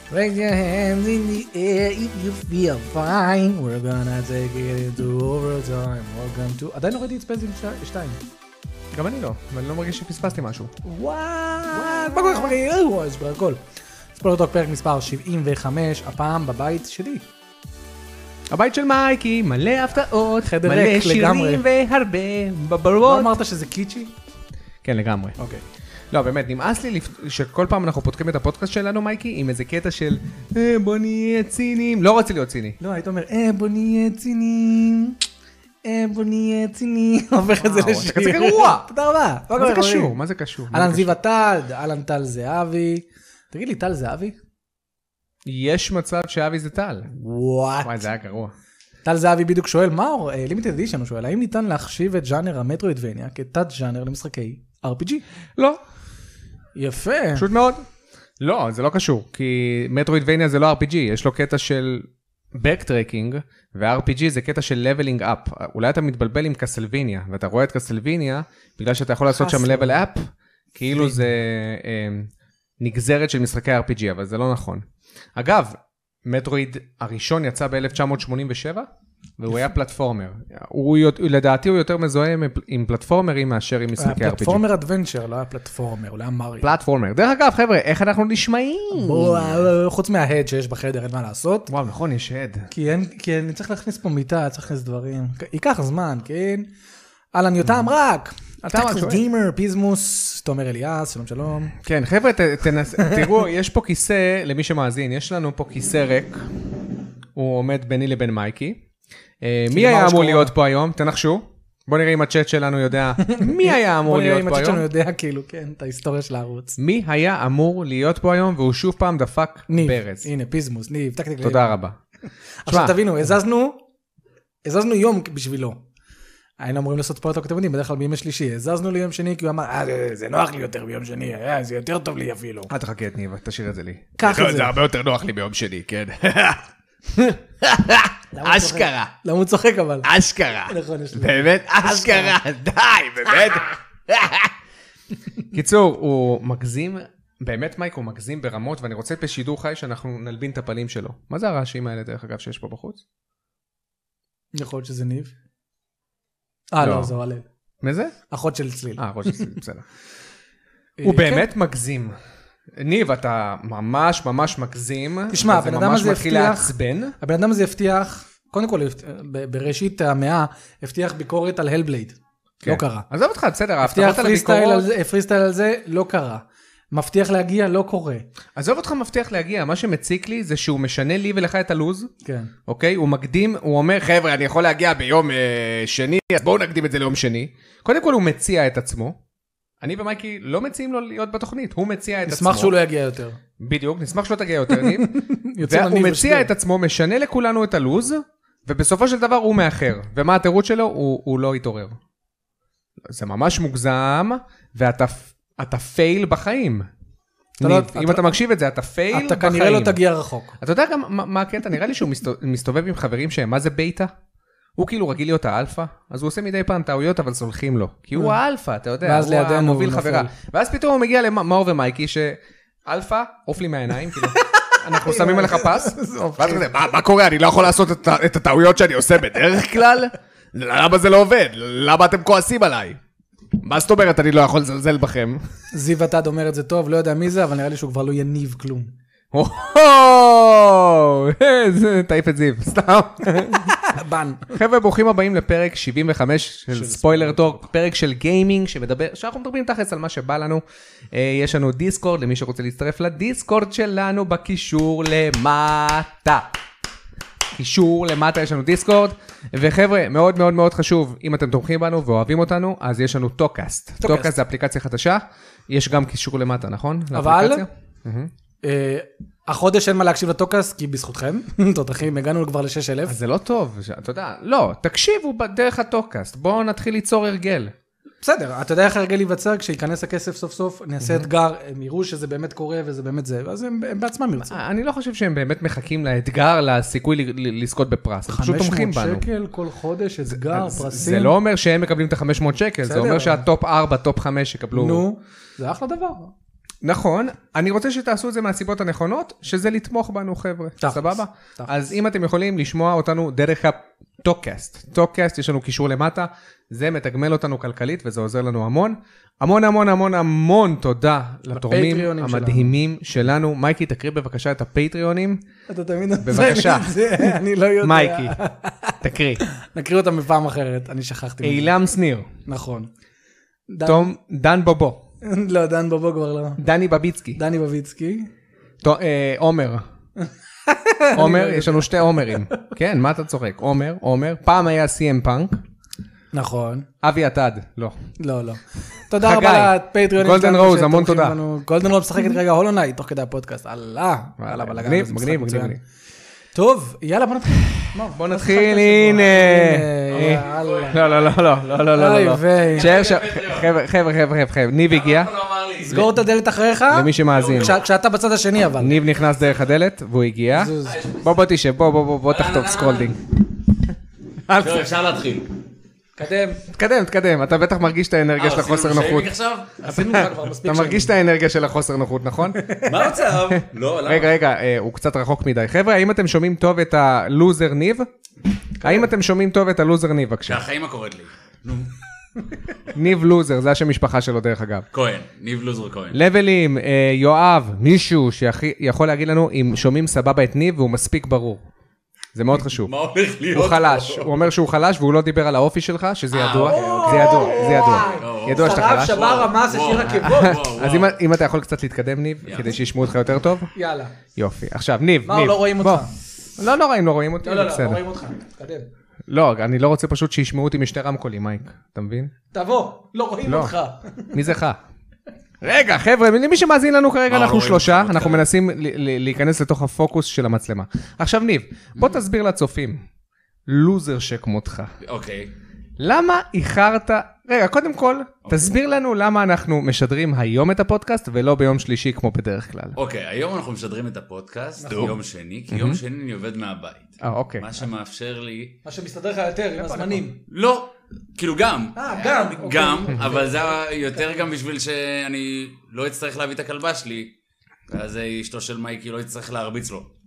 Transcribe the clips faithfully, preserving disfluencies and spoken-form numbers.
Raise your hands in the air if you feel fine. We're gonna take it into overtime. Welcome to... עדיין לא ראיתי את ספייסים שתיים. גם אני לא, ואני לא מרגיש שפספסתי משהו. וואו! מה קורה לך מרגיש? וואו, יש בהכל. ספוילרטוק פרק מספר שבעים וחמש, הפעם בבית שלי. הבית של מייקי, מלא הפתעות, חדר מלא ריק לגמרי. שירים והרבה לא בברות. אמרת שזה קיצ'י? כן, לגמרי. אוקיי. לא, באמת, נמאס לי שכל פעם אנחנו פותחים את הפודקאסט שלנו, מייקי, עם איזה קטע של אה, בוא נהיה ציניים. לא רוצה להיות ציני. לא, היית אומר, אה, בוא נהיה ציניים. אה, בוא נהיה ציניים. הופך את זה וואו, לשיר. אתה כזה גרוע. תודה רבה. מה זה קשור? מה זה קשור? אלן זיו הטל, אלן טל זהבי. תגיד לי, טל זהבי? יש מצב שאבי זה טל. וואט. וואי, זה היה גרוע. טל זהבי בדיוק שואל, מה, לימיטד אדישן הוא שואל, האם ניתן להחשיב את ז'אנר המטרואידבניה כתת ז'אנר למשחקי אר פי ג'י? לא. יפה. פשוט מאוד. לא, זה לא קשור, כי מטרואידבניה זה לא אר פי ג'י, יש לו קטע של backtracking, ו-אר פי ג'י זה קטע של leveling up. אולי אתה מתבלבל עם קסלביניה, ואתה רואה את קסלביניה, בגלל שאתה יכול לעשות שם level up, כאילו זה אה, נגזרת של משחקי אר פי ג'י, אבל זה לא נכון. אגב, מטרואיד הראשון יצא ב-אלף תשע מאות שמונים ושבע, והוא היה פלטפורמר. הוא, לדעתי הוא יותר מזוהה עם פלטפורמרים מאשר עם משחקי אר פי ג'י. פלטפורמר אדוונצ'ר, לא היה פלטפורמר, הוא היה מריו. פלטפורמר. דרך אגב, חבר'ה, איך אנחנו נשמעים? חוץ מההד שיש בחדר, אין מה לעשות. וואו, נכון, יש הד. כי אני צריך להכניס פה מיטה, צריך להכניס דברים. ייקח זמן, כן? אלן יותם רק. הטקטיקל גימר, פיזמוס, תומר אליאס, שלום שלום. כן, חבר'ה, תראו, יש פה כיסא, למי שמאזין, יש לנו פה כיסא ריק. הוא עומד ביני לבין מייקי. מי היה אמור להיות פה היום? תנחשו. בוא נראה אם הצ'אט שלנו יודע. מי היה אמור להיות פה היום? בוא נראה אם הצ'אט שלנו יודע, כאילו, כן, את ההיסטוריה של הערוץ. מי היה אמור להיות פה היום, והוא שוב פעם דפק ברז. הנה, פיזמוס, ניב, טקטיקל. תודה רבה. עכשיו תבינו, הזזנו, הזזנו יום בשבילו. היינו אמורים לעשות פה את אתם יודעים, בדרך כלל בימי שלישי, הזזנו ליום שני, כי הוא אמר, זה נוח לי יותר ביום שני, זה יותר טוב לי אפילו. אל תחכה את ניב, תשאיר את זה לי. קח את זה. זה הרבה יותר נוח לי ביום שני, כן. אשכרה. למה הוא צוחק אבל? אשכרה. נכון, יש לי. באמת? אשכרה. די, באמת. קיצור, הוא מגזים, באמת מייק הוא מגזים ברמות, ואני רוצה בשידור חי שאנחנו נלבין את הפנים שלו. מה זה הרעשים האלה דרך אגב שיש פה בחוץ? יכול להיות שזה ניב. אה, לא, זו הלב. מי זה? אחות של צליל. אה, אחות של צליל, בסדר. הוא באמת מגזים. ניב, אתה ממש ממש מגזים. תשמע, הבן אדם הזה הבטיח, הבן אדם הזה הבטיח, קודם כל, בראשית המאה, הבטיח ביקורת על הלבלייד. לא קרה. עזוב אותך, בסדר, הבטיח פריסטייל על זה, לא קרה. מבטיח להגיע, לא קורה. עזוב אותך מבטיח להגיע, מה שמציק לי זה שהוא משנה לי ולך את הלוז. כן. אוקיי? הוא מקדים, הוא אומר, חבר'ה, אני יכול להגיע ביום שני, אז בואו נקדים את זה ליום שני. קודם כל הוא מציע את עצמו. אני ומייקי לא מציעים לו להיות בתוכנית, הוא מציע את עצמו. נשמח שהוא לא יגיע יותר. בדיוק, נשמח שלא תגיע יותר, ניב. והוא מציע את עצמו, משנה לכולנו את הלוז, ובסופו של דבר הוא מאחר. ומה התירוץ שלו? הוא, הוא לא יתעורר. זה ממש מוגזם, ואתה פייל בחיים. ניב, אם אתה מקשיב את זה, אתה פייל בחיים. אתה כנראה לא תגיע רחוק. אתה יודע גם מה הקטע? נראה לי שהוא מסתובב עם חברים שהם, מה זה ביתה? הוא כאילו רגיל להיות האלפא, אז הוא עושה מדי פעם טעויות, אבל סולחים לו. כי הוא האלפא, אתה יודע, הוא המוביל חברה. ואז פתאום הוא מגיע למאור ומייקי, שאלפא, עוף לי מהעיניים, כאילו, אנחנו שמים עליך פס, ואז כזה, מה קורה? אני לא יכול לעשות את הטעויות שאני עושה בדרך כלל? למה זה לא עובד? למה אתם כועסים עליי? מה זאת אומרת, אני לא יכול לזלזל בכם? זיו עתד אומר את זה טוב, לא יודע מי זה, אבל נראה לי שהוא כבר לא יניב כלום. תעיף את זיו, סתם. בן. חבר'ה, ברוכים הבאים לפרק שבעים וחמש של ספוילר טוק, פרק של גיימינג, שמדבר, שאנחנו מדברים תחת על מה שבא לנו. יש לנו דיסקורד, למי שרוצה להצטרף לדיסקורד שלנו, בקישור למטה. קישור למטה יש לנו דיסקורד, וחבר'ה, מאוד מאוד מאוד חשוב, אם אתם תומכים בנו ואוהבים אותנו, אז יש לנו טוקאסט. טוקאסט זה אפליקציה חדשה, יש גם קישור למטה, נכון? אבל... החודש אין מה להקשיב לטוקאסט, כי בזכותכם, תותחים, הגענו כבר ל-שש אלף. אז זה לא טוב, אתה יודע, לא, תקשיבו בדרך הטוקאסט, בואו נתחיל ליצור הרגל. בסדר, אתה יודע איך הרגל ייווצר, כשיכנס הכסף סוף סוף, נעשה אתגר, הם יראו שזה באמת קורה וזה באמת זה, אז הם בעצמם ירצו. אני לא חושב שהם באמת מחכים לאתגר, לסיכוי לזכות בפרס, הם פשוט תומכים בנו. חמש מאות שקל כל חודש, אתגר, פרסים. זה לא אומר שהם מקבלים את ה-חמש מאות שקל, זה אומר שהטופ ארבע, טופ חמש יקבלו... נו, זה אחלה דבר. נכון, אני רוצה שתעשו את זה מהסיבות הנכונות, שזה לתמוך בנו חבר'ה, סבבה? אז אם אתם יכולים לשמוע אותנו דרך הטוקקאסט, טוקקאסט יש לנו קישור למטה, זה מתגמל אותנו כלכלית וזה עוזר לנו המון, המון המון המון המון תודה לתורמים המדהימים שלנו, מייקי תקריא בבקשה את הפטריונים, אתה תמיד בבקשה, אני לא יודע, מייקי, תקריא, נקריא אותם בפעם אחרת, אני שכחתי, אילם שניר, נכון, תום, דן בובו, לא, דן בובו כבר לא. דני בביצקי. דני בביצקי. עומר. עומר, יש לנו שתי עומרים. כן, מה אתה צוחק? עומר, עומר. פעם היה סי אם פאנק. נכון. אבי עתד, לא. לא, לא. תודה רבה לפטריונים. גולדן רוז, המון תודה. גולדן רוז משחקת רגע הולו נייט, תוך כדי הפודקאסט. אללה. מגניב, מגניב, מגניב. טוב, יאללה, בוא נתחיל. בוא נתחיל, הנה. לא, לא, לא, לא, לא, לא, לא, לא. שער שם, חבר'ה, חבר'ה, חבר'ה, חבר'ה, ניב הגיע. סגור את הדלת אחריך. למי שמאזין. כשאתה בצד השני, אבל. ניב נכנס דרך הדלת, והוא הגיע. בוא, בוא תשב, בוא, בוא, בוא, בוא תחתוך סקרולדינג. אפשר להתחיל. תקדם. תקדם, תקדם. אתה בטח מרגיש את האנרגיה של החוסר נוחות. עשינו לך כבר מספיק. אתה מרגיש את האנרגיה של החוסר נוחות, נכון? מה המצב? לא, למה? רגע, רגע, הוא קצת רחוק מדי. חבר'ה, האם אתם שומעים טוב את הלוזר ניב? האם אתם שומעים טוב את הלוזר ניב, בבקשה? ככה אמא קוראת לי. נו. ניב לוזר, זה השם משפחה שלו דרך אגב. כהן, ניב לוזר כהן. לבלים, יואב, מישהו שיכול להגיד לנו אם שומעים סבבה את ניב והוא מספיק ברור. זה מאוד חשוב. מה הולך להיות? הוא חלש, הוא אומר שהוא חלש והוא לא דיבר על האופי שלך, שזה ידוע, זה ידוע, זה ידוע. ידוע שאתה חלש. שבר רמה זה שיר עקבות. אז אם אתה יכול קצת להתקדם ניב, כדי שישמעו אותך יותר טוב. יאללה. יופי. עכשיו ניב, ניב. מה, לא רואים אותך? לא, לא רואים, לא רואים אותי. לא, לא, לא רואים אותך. תקדם. לא, אני לא רוצה פשוט שישמעו אותי משתי רמקולים, מייק. אתה מבין? תבוא, לא רואים אותך. מי זה לך? רגע, חבר'ה, מי שמאזין לנו כרגע, אנחנו שלושה, אנחנו מנסים להיכנס לתוך הפוקוס של המצלמה. עכשיו ניב, בוא תסביר לצופים, לוזר שכמותך. אוקיי. למה איחרת, רגע, קודם כל, תסביר לנו למה אנחנו משדרים היום את הפודקאסט, ולא ביום שלישי כמו בדרך כלל. אוקיי, היום אנחנו משדרים את הפודקאסט, יום שני, כי יום שני אני עובד מהבית. אה, אוקיי. מה שמאפשר לי... מה שמסתדר לך יותר עם הזמנים. לא, כאילו גם. אה, גם. גם, אבל זה יותר גם בשביל שאני לא אצטרך להביא את הכלבה שלי, ואז אשתו של מייקי לא יצטרך להרביץ לו.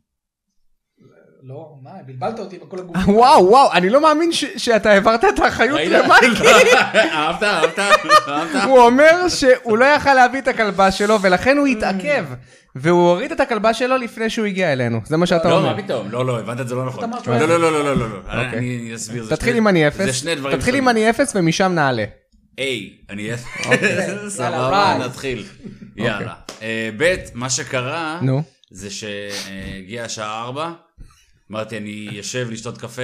לא, מה, בלבלת אותי בכל הגוף. וואו, וואו, אני לא מאמין שאתה העברת את האחריות למייקי. אהבת, אהבת, אהבת. הוא אומר שהוא לא יכל להביא את הכלבה שלו, ולכן הוא התעכב. והוא הוריד את הכלבה שלו לפני שהוא הגיע אלינו. זה מה שאתה אומר. לא, מה פתאום? לא, לא, הבנת את זה לא נכון. לא, לא, לא, לא, לא, לא. אני אסביר. תתחיל עם אני אפס. זה שני דברים. תתחיל עם אני אפס ומשם נעלה. איי, אני אפס. סבבה, נתחיל. יאללה. ב', מה שקרה, זה שהגיעה השעה ארבע, אמרתי, אני יושב לשתות קפה,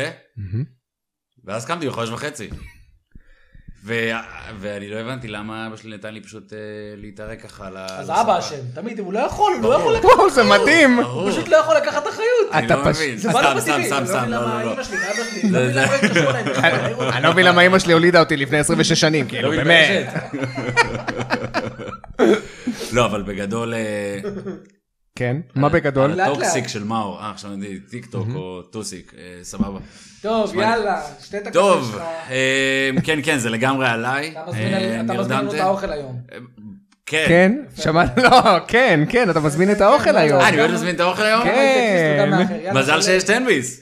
ואז קמתי בחמש וחצי. ואני לא הבנתי למה אבא שלי נתן לי פשוט להתערק ככה על אז אבא אשם, תמיד, הוא לא יכול, הוא לא יכול לקחת. וואו, זה מדהים. הוא פשוט לא יכול לקחת אחריות. אני לא מבין. זה בא סתם, סתם, סתם, סתם, לא, לא, לא. אני לא מבין למה אמא שלי הולידה אותי לפני עשרים ושש שנים, כאילו, באמת. לא, אבל בגדול... כן, מה בגדול? טוקסיק של מאור, אה, עכשיו אני טיק טוק או טוסיק, סבבה. טוב, יאללה, שתי תקפות טוב, שלך. כן, כן, זה לגמרי עליי. אתה מזמין לנו את האוכל היום. כן. כן, שמעת? לא, כן, כן, אתה מזמין את האוכל היום. אה, אני באמת מזמין את האוכל היום? כן. מזל שיש תן-ביס.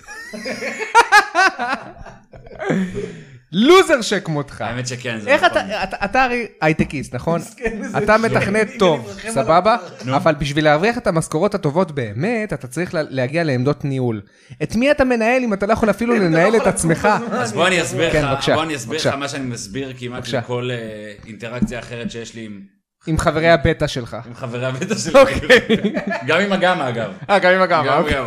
לוזר שכמותך. האמת שכן, זה איך נכון. אתה, אתה הרי הייטקיסט, נכון? אתה מתכנת טוב, סבבה? אבל בשביל להרוויח את המשכורות הטובות באמת, אתה צריך להגיע לעמדות ניהול. את מי אתה מנהל אם אתה לא יכול אפילו לנהל את עצמך? אז בוא אני אסביר כן, לך, בבקשה, בוא אני אסביר לך בבקשה. מה שאני מסביר כמעט בבקשה. לכל אינטראקציה אחרת שיש לי עם... עם חברי הבטא שלך. עם חברי הבטא שלי. גם עם הגמה אגב. אה, גם עם הגמה. גם עם אוקיי. הגמה.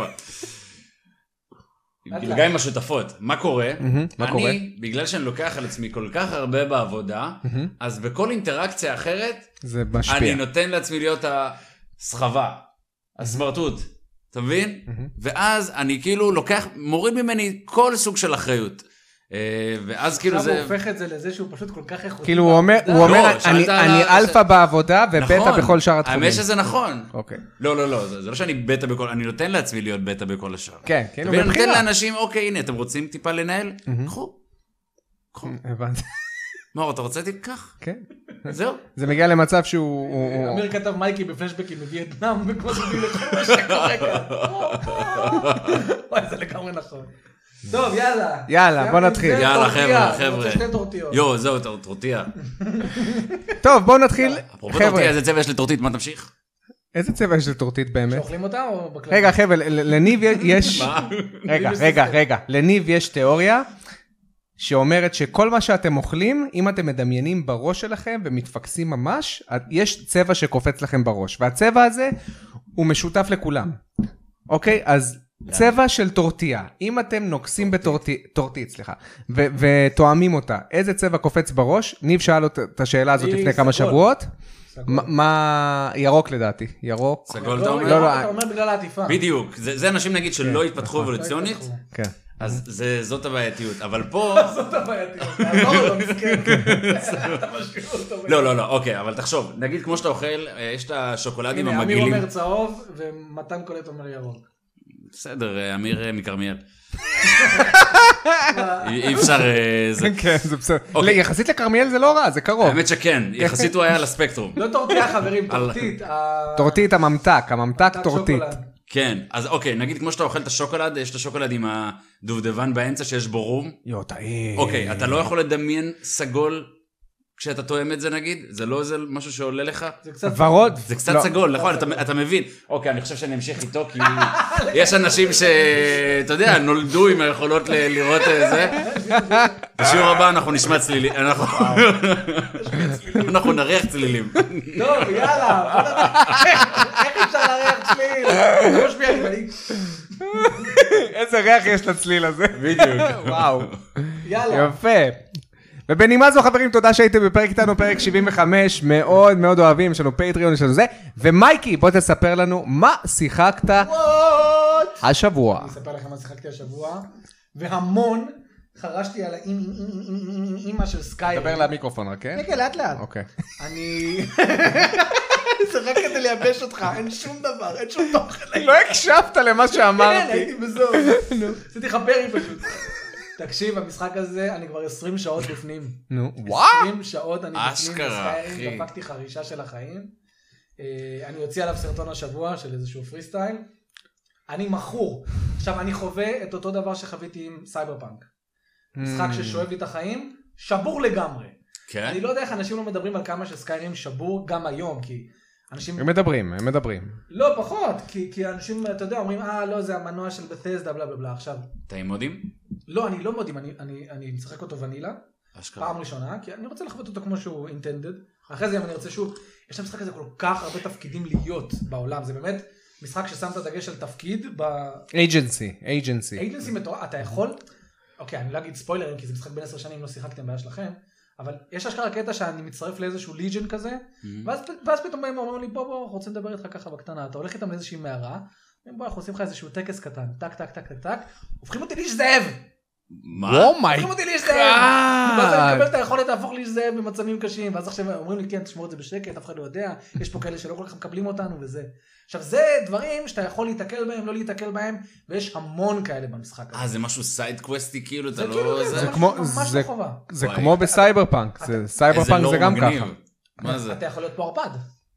גם עם השותפות. מה קורה? מה קורה? אני, בגלל שאני לוקח על עצמי כל כך הרבה בעבודה, אז בכל אינטראקציה אחרת, זה משפיע. אני נותן לעצמי להיות הסחבה, הסמרטוט, אתה מבין? ואז אני כאילו לוקח, מוריד ממני כל סוג של אחריות. ואז כאילו עכשיו זה... הוא הופך את זה לזה שהוא פשוט כל כך איכותי. כאילו הוא אומר, הוא אומר, אני אלפא בעבודה ובטא בכל שאר התחומים. האמת שזה נכון. אוקיי. לא, לא, לא, זה לא שאני בטא בכל, אני נותן לעצמי להיות בטא בכל השאר. כן, כאילו ואני נותן בבחירה. לאנשים, אוקיי, הנה, אתם רוצים טיפה לנהל? קחו. קחו. הבנתי. מאור, אתה רוצה טיפ? קח. כן. זהו. זה מגיע למצב שהוא... אמיר כתב מייקי בפלשבקים מווייטנאם, וכמו שביל לכל מה שקורה כאן. וואי, זה לגמרי נכון. טוב, יאללה. יאללה, בוא נתחיל. יאללה, חבר'ה, חבר'ה. אני רוצה שתי טורטיות. יו, זהו, טורטיה. טוב, בואו נתחיל. אפרופו טורטיה, איזה צבע יש לטורטית, מה תמשיך? איזה צבע יש לטורטית באמת? שאוכלים אותה או בכלל? רגע, חבר'ה, לניב יש... רגע, רגע, רגע. לניב יש תיאוריה שאומרת שכל מה שאתם אוכלים, אם אתם מדמיינים בראש שלכם ומתפקסים ממש, יש צבע שקופץ לכם בראש. והצבע הזה הוא משותף לכולם. אוקיי? אז צבע של טורטיה. אם אתם נוקסים בטורטית, סליחה, ותואמים אותה, איזה צבע קופץ בראש? ניב שאל את השאלה הזאת לפני כמה שבועות. מה... ירוק לדעתי. ירוק. סגול אתה אומר? לא, לא. אתה אומר בגלל העטיפה. בדיוק. זה אנשים נגיד שלא התפתחו אבולוציונית. כן. אז זאת הבעייתיות. אבל פה... זאת הבעייתיות. תעזור לו, מסכן. אתה משאיר אותו. לא, לא, לא. אוקיי, אבל תחשוב. נגיד כמו שאתה אוכל, יש את השוקולדים המגעילים. אמיר אומר צהוב, ומתן קולט אומר ירוק. בסדר, אמיר מקרמיאל. אי אפשר... כן, זה בסדר. יחסית לקרמיאל זה לא רע, זה קרוב. האמת שכן, יחסית הוא היה על הספקטרום. לא טורטיה חברים, טורטית. טורטית הממתק, הממתק טורטית. כן, אז אוקיי, נגיד כמו שאתה אוכל את השוקולד, יש את השוקולד עם הדובדבן באמצע שיש בו רום. יו, טעים. אוקיי, אתה לא יכול לדמיין סגול כשאתה תואם את זה נגיד? זה לא איזה משהו שעולה לך? זה קצת ורוד? זה קצת סגול, נכון, אתה מבין. אוקיי, אני חושב שאני אמשיך איתו, כי יש אנשים שאתה יודע, נולדו עם היכולות לראות זה. בשיעור הבא אנחנו נשמע צלילים. אנחנו נריח צלילים. טוב, יאללה. איך אפשר להריח צליל? זה משפיע לי. איזה ריח יש לצליל הזה. בדיוק. וואו. יאללה. יפה. ובנימה זו חברים, תודה שהייתם בפרק איתנו, פרק שבעים וחמש, מאוד מאוד אוהבים, יש לנו פטריון, יש לנו זה, ומייקי, בוא תספר לנו מה שיחקת השבוע. אני אספר לכם מה שיחקתי השבוע, והמון חרשתי על האמא של סקיירים. דבר למיקרופון, רק כן? כן, לאט לאט. אוקיי. אני... זה רק כדי לייבש אותך, אין שום דבר, אין שום תוכן. לא הקשבת למה שאמרתי. כן, הייתי בזור. עשיתי חפרי פשוט. תקשיב, המשחק הזה, אני כבר עשרים שעות בפנים. נו, וואו! עשרים שעות אני בפנים. אשכרה, אחי. דפקתי חרישה של החיים. אני יוציא עליו סרטון השבוע של איזשהו פרי סטייל. אני מכור. עכשיו, אני חווה את אותו דבר שחוויתי עם סייברפאנק. משחק ששואב לי את החיים, שבור לגמרי. כן? אני לא יודע איך אנשים לא מדברים על כמה שסקיירים שבור גם היום, כי אנשים... הם מדברים, הם מדברים. לא, פחות, כי, כי אנשים, אתה יודע, אומרים, אה, לא, זה המנוע של בתסדה, בלה בלה בלה, עכשיו. אתה עם מודים? לא, אני לא מודים, אני, אני, אני משחק אותו ונילה, אשכרה. פעם ראשונה, כי אני רוצה לחוות אותו כמו שהוא intended, אחרי זה אם אני רוצה שוב, יש למשחק הזה כל כך הרבה תפקידים להיות בעולם, זה באמת משחק ששמת דגש על תפקיד ב... agency, agency. agency מטורף, אתה יכול, אוקיי, אני לא אגיד ספוילרים, כי זה משחק בין עשר שנים, לא שיחקתם בעיה שלכם, אבל יש אשכרה קטע שאני מצטרף לאיזשהו ליג'ן כזה, ואז, ואז פתאום באים ואומרים לי, בוא בוא, רוצים לדבר איתך ככה בקטנה, אתה הולך איתם לאיזושהי מערה, בוא, אנחנו עושים לך איזשהו טקס קטן, טק טק טק טק טק, הופכים אותי לאיש זאב! מה? הופכים אותי לאיש זאב! ואז אני מקבל את היכולת להפוך לאיש זאב במצבים קשים, ואז עכשיו אומרים לי, כן, תשמור את זה בשקט, אף אחד לא יודע, יש פה כאלה שלא כל כך מקבלים אותנו וזה. עכשיו זה דברים שאתה יכול להתקל בהם, לא להתקל בהם, ויש המון כאלה במשחק הזה. אה, זה משהו סייד קווסטי, כאילו, אתה זה לא... כאילו, זה זה כמו- ממש זה- לא חובה. זה וואי. כמו בסייברפאנק, זה- איזה סייברפאנק לור זה גם מגניב. ככה. מה זה? אתה יכול להיות פה ערפד.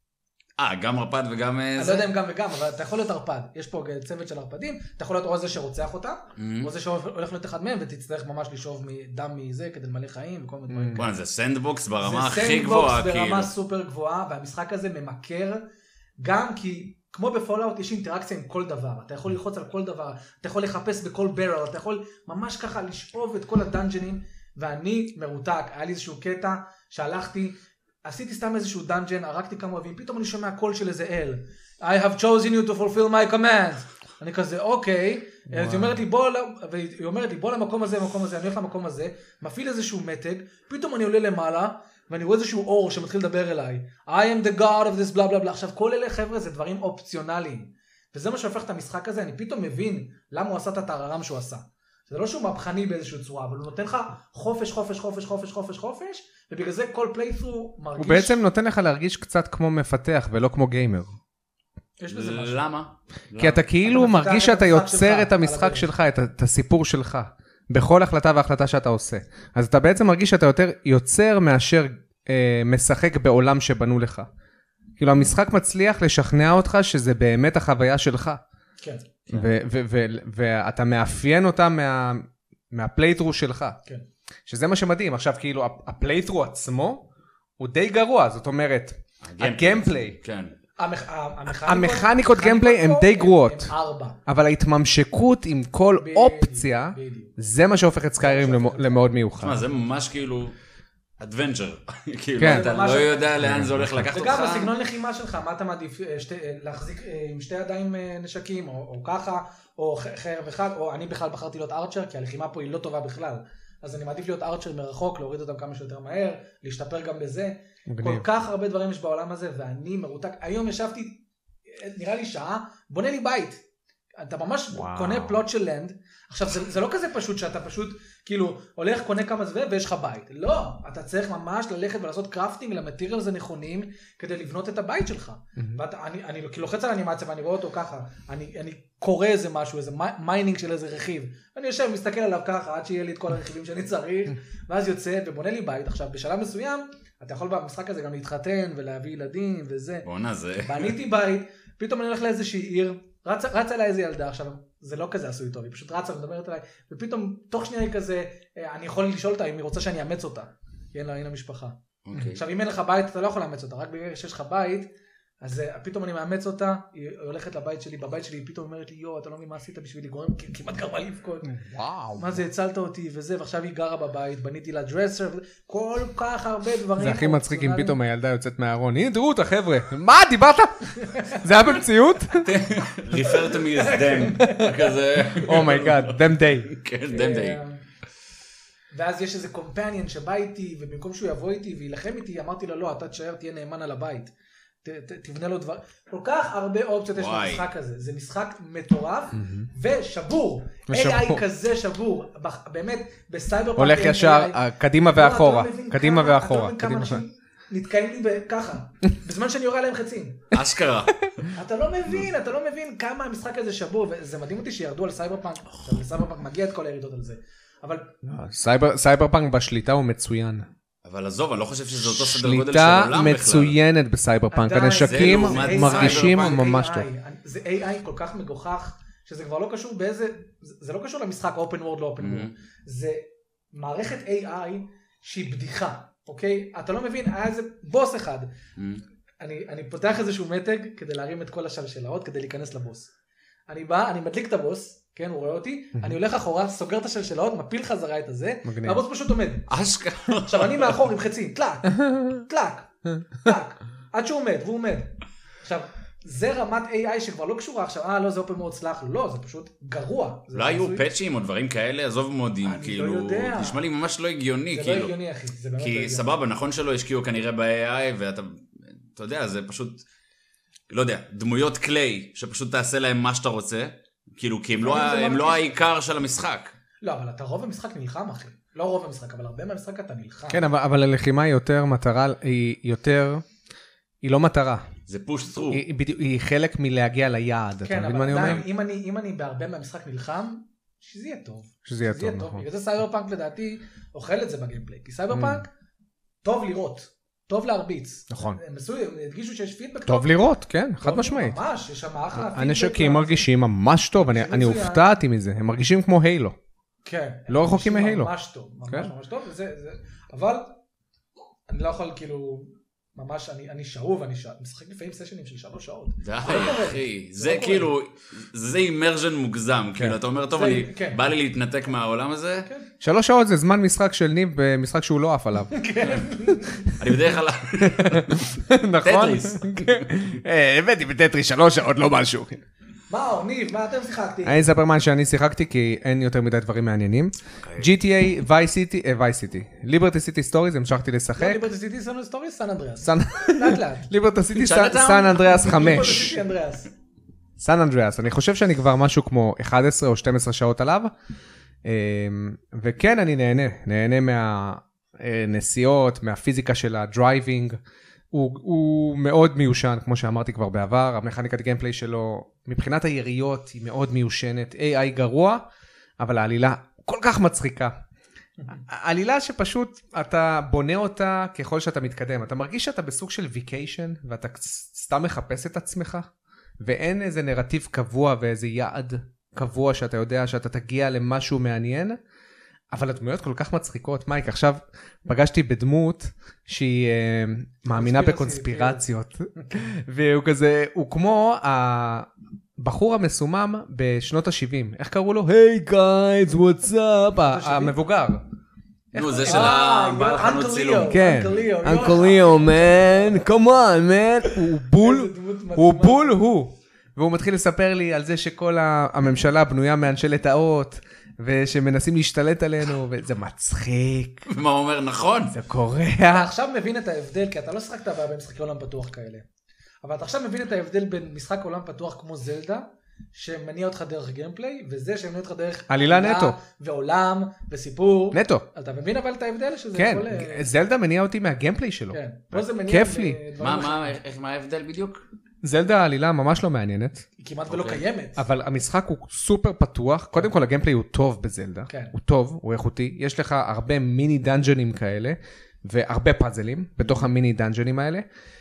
אה, גם רפד וגם... אני לא יודע אם גם וגם, אבל אתה יכול להיות ערפד. יש פה צוות של ערפדים, אתה יכול להיות או זה שרוצח אותה, או זה שהולך להיות אחד מהם, ותצטרך ממש לשאוב דם מזה כדי למלא חיים וכל מיני דברים. בוא'נה, זה סנדבוקס ברמה זה הכי גבוהה, סנדבוקס כאילו. ברמה סופר גבוהה, והמשחק הזה ממכר, גם כי כמו בפולאאוט יש אינטראקציה עם כל דבר, אתה יכול ללחוץ על כל דבר, אתה יכול לחפש בכל ברל, אתה יכול ממש ככה לשאוב את כל הדאנג'נים, ואני מרותק, היה לי איזשהו קטע שהלכתי, עשיתי סתם איזשהו דאנג'ן, הרגתי כמה אוהבים, פתאום אני שומע קול של איזה אל, I have chosen you to fulfill my command. אני כזה, אוקיי, אז היא אומרת לי, בוא, והיא אומרת לי, בוא למקום הזה, למקום הזה, אני הולך למקום הזה, מפעיל איזשהו מתג, פתאום אני עולה למעלה, ואני רואה איזשהו אור שמתחיל לדבר אליי, I am the god of this בלה בלה בלה. עכשיו, כל אלה חבר'ה זה דברים אופציונליים, וזה מה שהופך את המשחק הזה, אני פתאום מבין למה הוא עשה את הטררם שהוא עשה. זה לא שהוא מהפכני באיזושהי צורה, אבל הוא נותן לך חופש, חופש, חופש, חופש, חופש, חופש, ובגלל זה כל פליית'רו מרגיש... הוא בעצם נותן לך להרגיש קצת כמו מפתח ולא כמו גיימר. יש בזה משהו. למה? כי אתה כאילו אתה מפתח מרגיש את שאתה המשחק יוצר שלך את על המשחק הדרך. שלך, את ה- את הסיפור שלך, בכל החלטה והחלטה שאתה עושה. אז אתה בעצם מרגיש שאתה יותר יוצר מאשר אה, משחק בעולם שבנו לך. כאילו המשחק מצליח לשכנע אותך שזה באמת החוויה שלך. כן. ואתה מאפיין אותה מה, מהפלייטרו שלך. כן. שזה מה שמדהים. עכשיו כאילו הפלייטרו עצמו הוא די גרוע, זאת אומרת, הגיימפליי. כן. המכניקות גיימפליי הן די גרועות, אבל ההתממשקות עם כל אופציה, זה מה שהופך את סקיירים למאוד מיוחד. זה ממש כאילו אדוונצ'ר, כאילו אתה לא יודע לאן זה הולך לקחת אותך. וגם הסגנון לחימה שלך, מה אתה מעדיף להחזיק עם שתי ידיים נשקים, או ככה, או חרב אחד, או אני בכלל בחרתי להיות ארצ'ר, כי הלחימה פה היא לא טובה בכלל. אז אני מעדיף להיות ארצ'ר מרחוק, להוריד אותם כמה שיותר מהר, להשתפר גם בזה. כל כך הרבה דברים יש בעולם הזה, ואני מרותק. היום ישבתי, נראה לי שעה, בונה לי בית. אתה ממש קונה פלוט של לנד. עכשיו, זה, זה לא כזה פשוט שאתה פשוט, כאילו, הולך, קונה כמה זווה ויש לך בית. לא, אתה צריך ממש ללכת ולעשות קראפטינג למטריאלס הנכונים, כדי לבנות את הבית שלך. ואתה, אני, אני כאילו לוחץ על האנימציה ואני רואה אותו ככה. אני, אני קורא איזה משהו, איזה מיינינג של איזה רכיב. אני יושב, מסתכל עליו ככה, עד שיהיה לי את כל הרכיבים שאני צריך, ואז יוצא ובונה לי בית. עכשיו, בשלב מסוים, אתה יכול במשחק הזה גם להתחתן ולהביא ילדים וזה. בונה זה. בניתי בית, פתאום אני הולך לאיזושהי עיר, רצה, רצה אליי איזה ילדה, עכשיו זה לא כזה עשוי טוב, היא פשוט רצה ומדברת אליי, ופתאום תוך שנייה היא כזה, אני יכול לשאול אותה אם היא רוצה שאני אאמץ אותה, כי אין לה, אין לה משפחה. Okay. עכשיו אם אין לך בית אתה לא יכול לאמץ אותה, רק בגלל שיש לך בית, אז פתאום אני מאמץ אותה, היא הולכת לבית שלי, בבית שלי היא פתאום אומרת לי, יו, אתה לא מבין מה עשית בשבילי, גורם כמעט גרמה לבכות. וואו. מה זה, הצלת אותי וזה, ועכשיו היא גרה בבית, בניתי לה דרסר, כל כך הרבה דברים. זה הכי מצחיק אם פתאום הילדה יוצאת מהארון, הנה תראו אותה חבר'ה, מה דיברת? זה היה במציאות? refer to me as them, כזה. אומייגאד, them day. כן, them day. ואז יש איזה קומפניון שבא איתי, ובמקום שהוא יבוא איתי וילחם איתי, אמרתי לו, לא, אתה תשאר, תהיה נאמן על הבית. תבנה לו דבר, כל כך הרבה אופציות יש במשחק הזה, זה משחק מטורף ושבור, איי איי כזה שבור, באמת בסייבר פאנק הולך ישר קדימה ואחורה, קדימה ואחורה, אתה לא מבין כמה אנשים נתקעים לי ככה, בזמן שאני יורה עליהם חצים, אשכרה, אתה לא מבין, אתה לא מבין כמה המשחק הזה שבור, וזה מדהים אותי שירדו על סייבר פאנק, עכשיו לסייבר פאנק מגיע את כל הירידות על זה, אבל סייבר פאנק בשליטה הוא מצוין. אבל עזוב, אני לא חושב שזה אותו סדר גודל של עולם בכלל. שליטה מצוינת בסייבר פאנק, הנשקים מרגישים ממש טוב. זה איי איי כל כך מגוחך, שזה כבר לא קשור באיזה, זה לא קשור למשחק open world לא open world, זה מערכת איי איי שהיא בדיחה, אוקיי? אתה לא מבין, היה איזה בוס אחד, אני פותח איזשהו מתג כדי להרים את כל השלשלאות, כדי להיכנס לבוס. אני בא, אני מדליק את הבוס, כן, הוא רואה אותי, אני הולך אחורה, סוגר את השלשלאות, מפיל חזרה את הזה, והבוס פשוט עומד. אשכרה. עכשיו אני מאחור עם חצים, טלק, טלק, טלק, עד שהוא עומד, והוא עומד. עכשיו, זה רמת איי איי שכבר לא קשורה עכשיו, אה, לא, זה אופן מאוד סלח, לא, זה פשוט גרוע. לא היו פאצ'ים או דברים כאלה, עזוב מודים, כאילו, אני לא יודע. נשמע לי ממש לא הגיוני, כאילו. זה לא הגיוני, אחי, זה באמת לא הגיוני. כי סבבה, נכון שלא השקיעו כנראה ב-איי איי, ואתה, אתה יודע, זה פשוט, לא יודע, דמויות קליי, שפשוט תעשה להם מה שאתה רוצה. כאילו, כי הם לא, הם לא העיקר של המשחק. לא, אבל אתה רוב המשחק נלחם, אחי. לא רוב המשחק, אבל הרבה מהמשחק אתה נלחם. כן, אבל, אבל הלחימה היא יותר מטרה, היא יותר, היא לא מטרה. זה פוש טרו. היא, היא, היא חלק מלהגיע ליעד. כן, אבל עדיין, אם אני, אם אני בהרבה מהמשחק נלחם, שזה יהיה טוב. שזה יהיה טוב, נכון. בגלל זה סייבר פאנק לדעתי אוכל את זה בגיימפליי. כי סייבר פאנק, טוב לראות. טוב להרביץ. נכון. הם הדגישו שיש פידבק טוב. טוב לראות, כן, חד משמעית. ממש, יש שם אחלה פידבק. הנשקים מרגישים ממש טוב, אני, אני הופתעתי מזה, הם מרגישים כמו הילו. כן. לא רחוקים מהילו. ממש טוב, ממש ממש טוב, וזה, זה, אבל אני לא יכול כאילו, ממש, אני, אני שאוב, אני משחק לפעמים סשנים של שלוש שעות. די, אחי, זה כאילו, זה אימרז'ן מוגזם, כאילו, אתה אומר, טוב, אני, בא לי להתנתק מהעולם הזה. שלוש שעות זה זמן משחק של ניב, במשחק שהוא לא עף עליו. אני בדרך כלל... נכון? הבאתי בטטריס שלוש שעות, לא משהו. מה, ניב, מה אתם שיחקתי? אני אספר מה שאני שיחקתי, כי אין יותר מדי דברים מעניינים. ג'י טי איי, וייס סיטי, וייס סיטי. ליברטי סיטי סטוריז, המשכתי לשחק. לא ליברטי סיטי סטוריז, סן אנדריאס. לאט לאט. ליברטי סיטי, סן אנדריאס חמש. סן אנדריאס, אני חושב שאני כבר משהו כמו אחת עשרה או שתים עשרה שעות עליו. וכן, אני נהנה. נהנה מהנסיעות, מהפיזיקה של הדרייבינג. הוא, הוא מאוד מיושן, כמו שאמרתי כבר בעבר, המכניקת גיימפליי שלו, מבחינת היריות, היא מאוד מיושנת, איי איי גרוע, אבל העלילה כל כך מצחיקה. עלילה שפשוט אתה בונה אותה ככל שאתה מתקדם. אתה מרגיש שאתה בסוג של ויקיישן, ואתה סתם מחפש את עצמך, ואין איזה נרטיב קבוע ואיזה יעד קבוע שאתה יודע שאתה תגיע למשהו מעניין, אבל הדמויות כל כך מצחיקות. מייק, עכשיו פגשתי בדמות שהיא uh, מאמינה בקונספירציות, והוא כזה, הוא כמו הבחור המסומם בשנות ה-שבעים. איך קראו לו? היי גייז, וואטס אפ? המבוגר. נו, זה של הבעל חנות צילום. כן, אנקל ליאו, מן, קומון, מן. הוא בול, הוא בול הוא. והוא מתחיל לספר לי על זה שכל הממשלה בנויה מאנשי לטאות, ושמנסים להשתלט עלינו, וזה מצחיק. מה הוא אומר? נכון. זה קורה. אתה עכשיו מבין את ההבדל, כי אתה לא שחקת במשחקי עולם פתוח כאלה. אבל אתה עכשיו מבין את ההבדל בין משחק עולם פתוח כמו זלדה, שמניע אותך דרך גיימפליי, וזה שמניע אותך דרך עלילה נטו. ועולם, וסיפור. נטו. אתה מבין אבל את ההבדל שזה כן, יכול... זלדה מניע אותי מהגיימפליי שלו. כן, פה זה מניע... כיף לי. מה ההבדל בדיוק? זלדה העלילה ממש לא מעניינת. היא כמעט ולא קיימת. אבל המשחק הוא סופר פתוח. קודם כל הגיימפליי הוא טוב בזלדה. הוא טוב, הוא איכותי. יש לך הרבה מיני דנג'נים כאלה, והרבה פאזלים בתוך המיני דנג'נים האלה.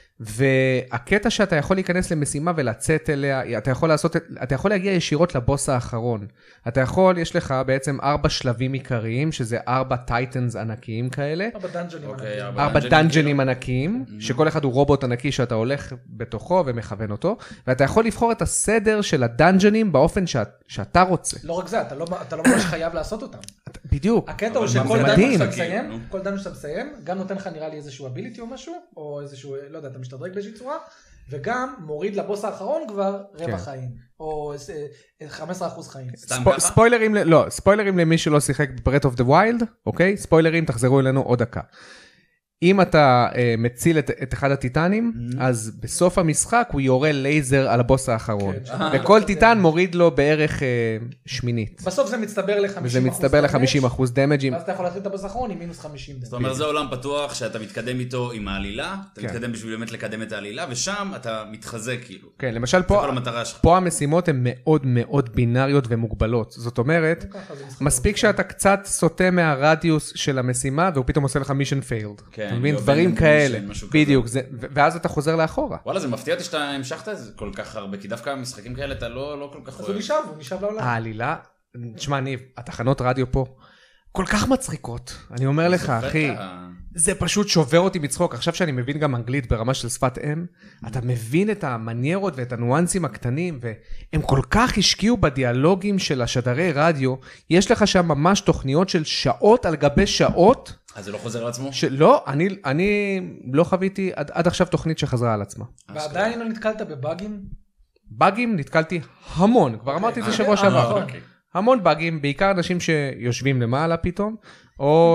והקטע שאתה יכול להיכנס למשימה ולצאת אליה, אתה יכול לעשות, אתה יכול להגיע ישירות לבוס האחרון. אתה יכול, יש לך בעצם ארבע שלבים עיקריים, שזה ארבע טייטנס ענקיים כאלה. ארבע דנג'נים ענקיים. ארבע דנג'נים ענקיים, שכל אחד הוא רובוט ענקי שאתה הולך בתוכו ומכוון אותו, ואתה יכול לבחור את הסדר של הדנג'נים באופן שאתה רוצה. לא רק זה, אתה לא ממש חייב לעשות אותם. בדיוק. הקטע הוא שכל דנג'ן שאתה מסיים, כל דנג'ן שאתה מסיים, גם נותן לך נראה לי איזשהו אביליטי או משהו, או איזשהו, לא יודע, אתה משתדרג באיזושהי צורה, וגם מוריד לבוס האחרון כבר רבע חיים, או חמישה עשר אחוז חיים. ספוילרים, לא, ספוילרים למי שלא שיחק ב-Breath of the Wild, אוקיי? ספוילרים, תחזרו אלינו עוד דקה. אם אתה uh, מציל את, את אחד הטיטנים, mm-hmm. אז בסוף המשחק הוא יורה לייזר על הבוס האחרון. כן, וכל טיטן כן. מוריד לו בערך uh, שמינית. בסוף זה מצטבר ל-חמישים אחוז וזה מצטבר ל-חמישים אחוז דמג'ים. ואז אתה יכול להתחיל את הבוס האחרון עם מינוס חמישים דמג'. זאת אומרת, זה עולם פתוח שאתה מתקדם איתו עם העלילה, אתה כן. מתקדם בשביל באמת לקדם את העלילה, ושם אתה מתחזק כאילו. כן, למשל פה, פה המשימות הן מאוד מאוד בינאריות ומוגבלות. זאת אומרת, מספיק שאתה קצת סוטה מהרדיוס של המשימה, והוא פתאום עושה לך מישן פיילד. אתה מבין? דברים כאלה, בדיוק, ואז אתה חוזר לאחורה. וואלה, זה מפתיע אותי שאתה המשכת את זה כל כך הרבה, כי דווקא המשחקים כאלה אתה לא כל כך אוהב. אז הוא נשאב, הוא נשאב לעולם. העלילה, תשמע ניב, התחנות רדיו פה, כל כך מצחיקות, אני אומר לך, אחי, זה פשוט שובר אותי מצחוק. עכשיו שאני מבין גם אנגלית ברמה של שפת אם, אתה מבין את המניירות ואת הנואנסים הקטנים, והם כל כך השקיעו בדיאלוגים של השדרי רדיו, יש לך שם ממש תוכניות של שעות על גבי שעות, אז זה לא חוזר על עצמו? לא, אני, אני לא חוויתי עד, עד עכשיו תוכנית שחזרה על עצמה. ועדיין לא נתקלת בבאגים? באגים נתקלתי המון, כבר אמרתי את זה שבוע שעבר. המון באגים, בעיקר אנשים שיושבים למעלה פתאום, או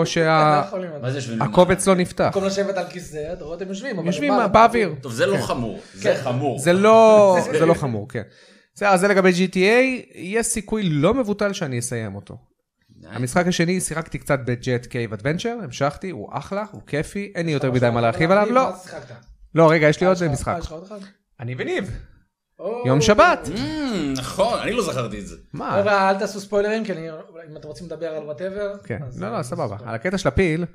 שהקובץ לא נפתח. במקום לשבת על כיסא, אתה רואה אתם יושבים. יושבים באוויר. טוב, זה לא חמור, זה חמור. זה לא חמור, כן. אז זה לגבי ג'י טי איי, יש סיכוי לא מבוטל שאני אסיים אותו. המשחק השני, שיחקתי קצת ב-Jet Cave Adventure, המשכתי, הוא אחלה, הוא כיפי, אין לי יותר מדי מה להרחיב עליו, לא. לא, רגע, יש לי עוד משחק. אני וניב. יום שבת. נכון, אני לא זכרתי את זה. מה? אל תעשו ספוילרים, כי אם אתם רוצים לדבר על whatever. כן, לא, לא, סבבה. על הקטע של הפיל.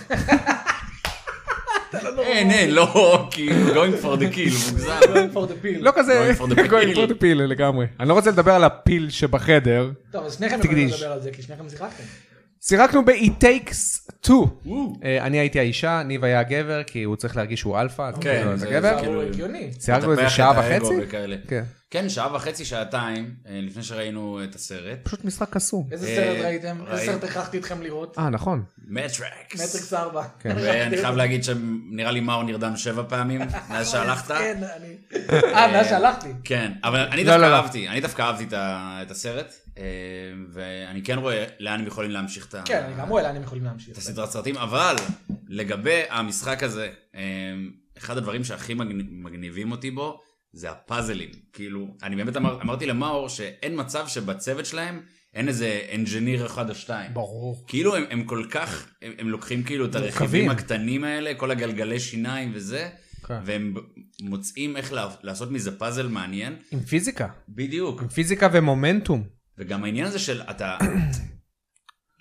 אין, אין, לא, כאילו, going for the kill, מוגזם. going for the pill. לא כזה, going for the pill לגמרי. אני לא רוצה לדבר על הפיל שבחדר. טוב, אז שניכם יכולים לדבר על זה, כי שניכם שיחקתם. שיחקנו ב-It Takes Two. אני הייתי האישה, ניב היה הגבר, כי הוא צריך להרגיש שהוא אלפא. כן, זה הגיוני. שיחקנו איזה שעה וחצי? כן, שעה וחצי, שעתיים, לפני שראינו את הסרט. פשוט משחק קסום. איזה סרט ראיתם? איזה סרט הכרחתי אתכם לראות? אה, נכון. מטריקס. מטריקס ארבע. ואני חייב להגיד שנראה לי מאור נרדם שבע פעמים, מאז שהלכת. כן, אני... אה, מאז שהלכתי. כן, אבל אני דווקא אהבתי, אני דווקא אהבתי את הסרט, ואני כן רואה לאן הם יכולים להמשיך את ה... כן, אני גם רואה לאן הם יכולים להמשיך. את הסדרת סרטים, אבל לגבי המשחק הזה, אחד הדברים שהכי מגניבים אותי בו, זה הפאזלים. כאילו, אני באמת אמר, אמרתי למאור שאין מצב שבצוות שלהם אין איזה אנג'יניר אחד או שתיים. ברור. כאילו הם, הם כל כך, הם, הם לוקחים כאילו את הרכיבים הקטנים האלה, כל הגלגלי שיניים וזה, okay. והם מוצאים איך לעשות מזה פאזל מעניין. עם פיזיקה. בדיוק. עם פיזיקה ומומנטום. וגם העניין הזה של אתה...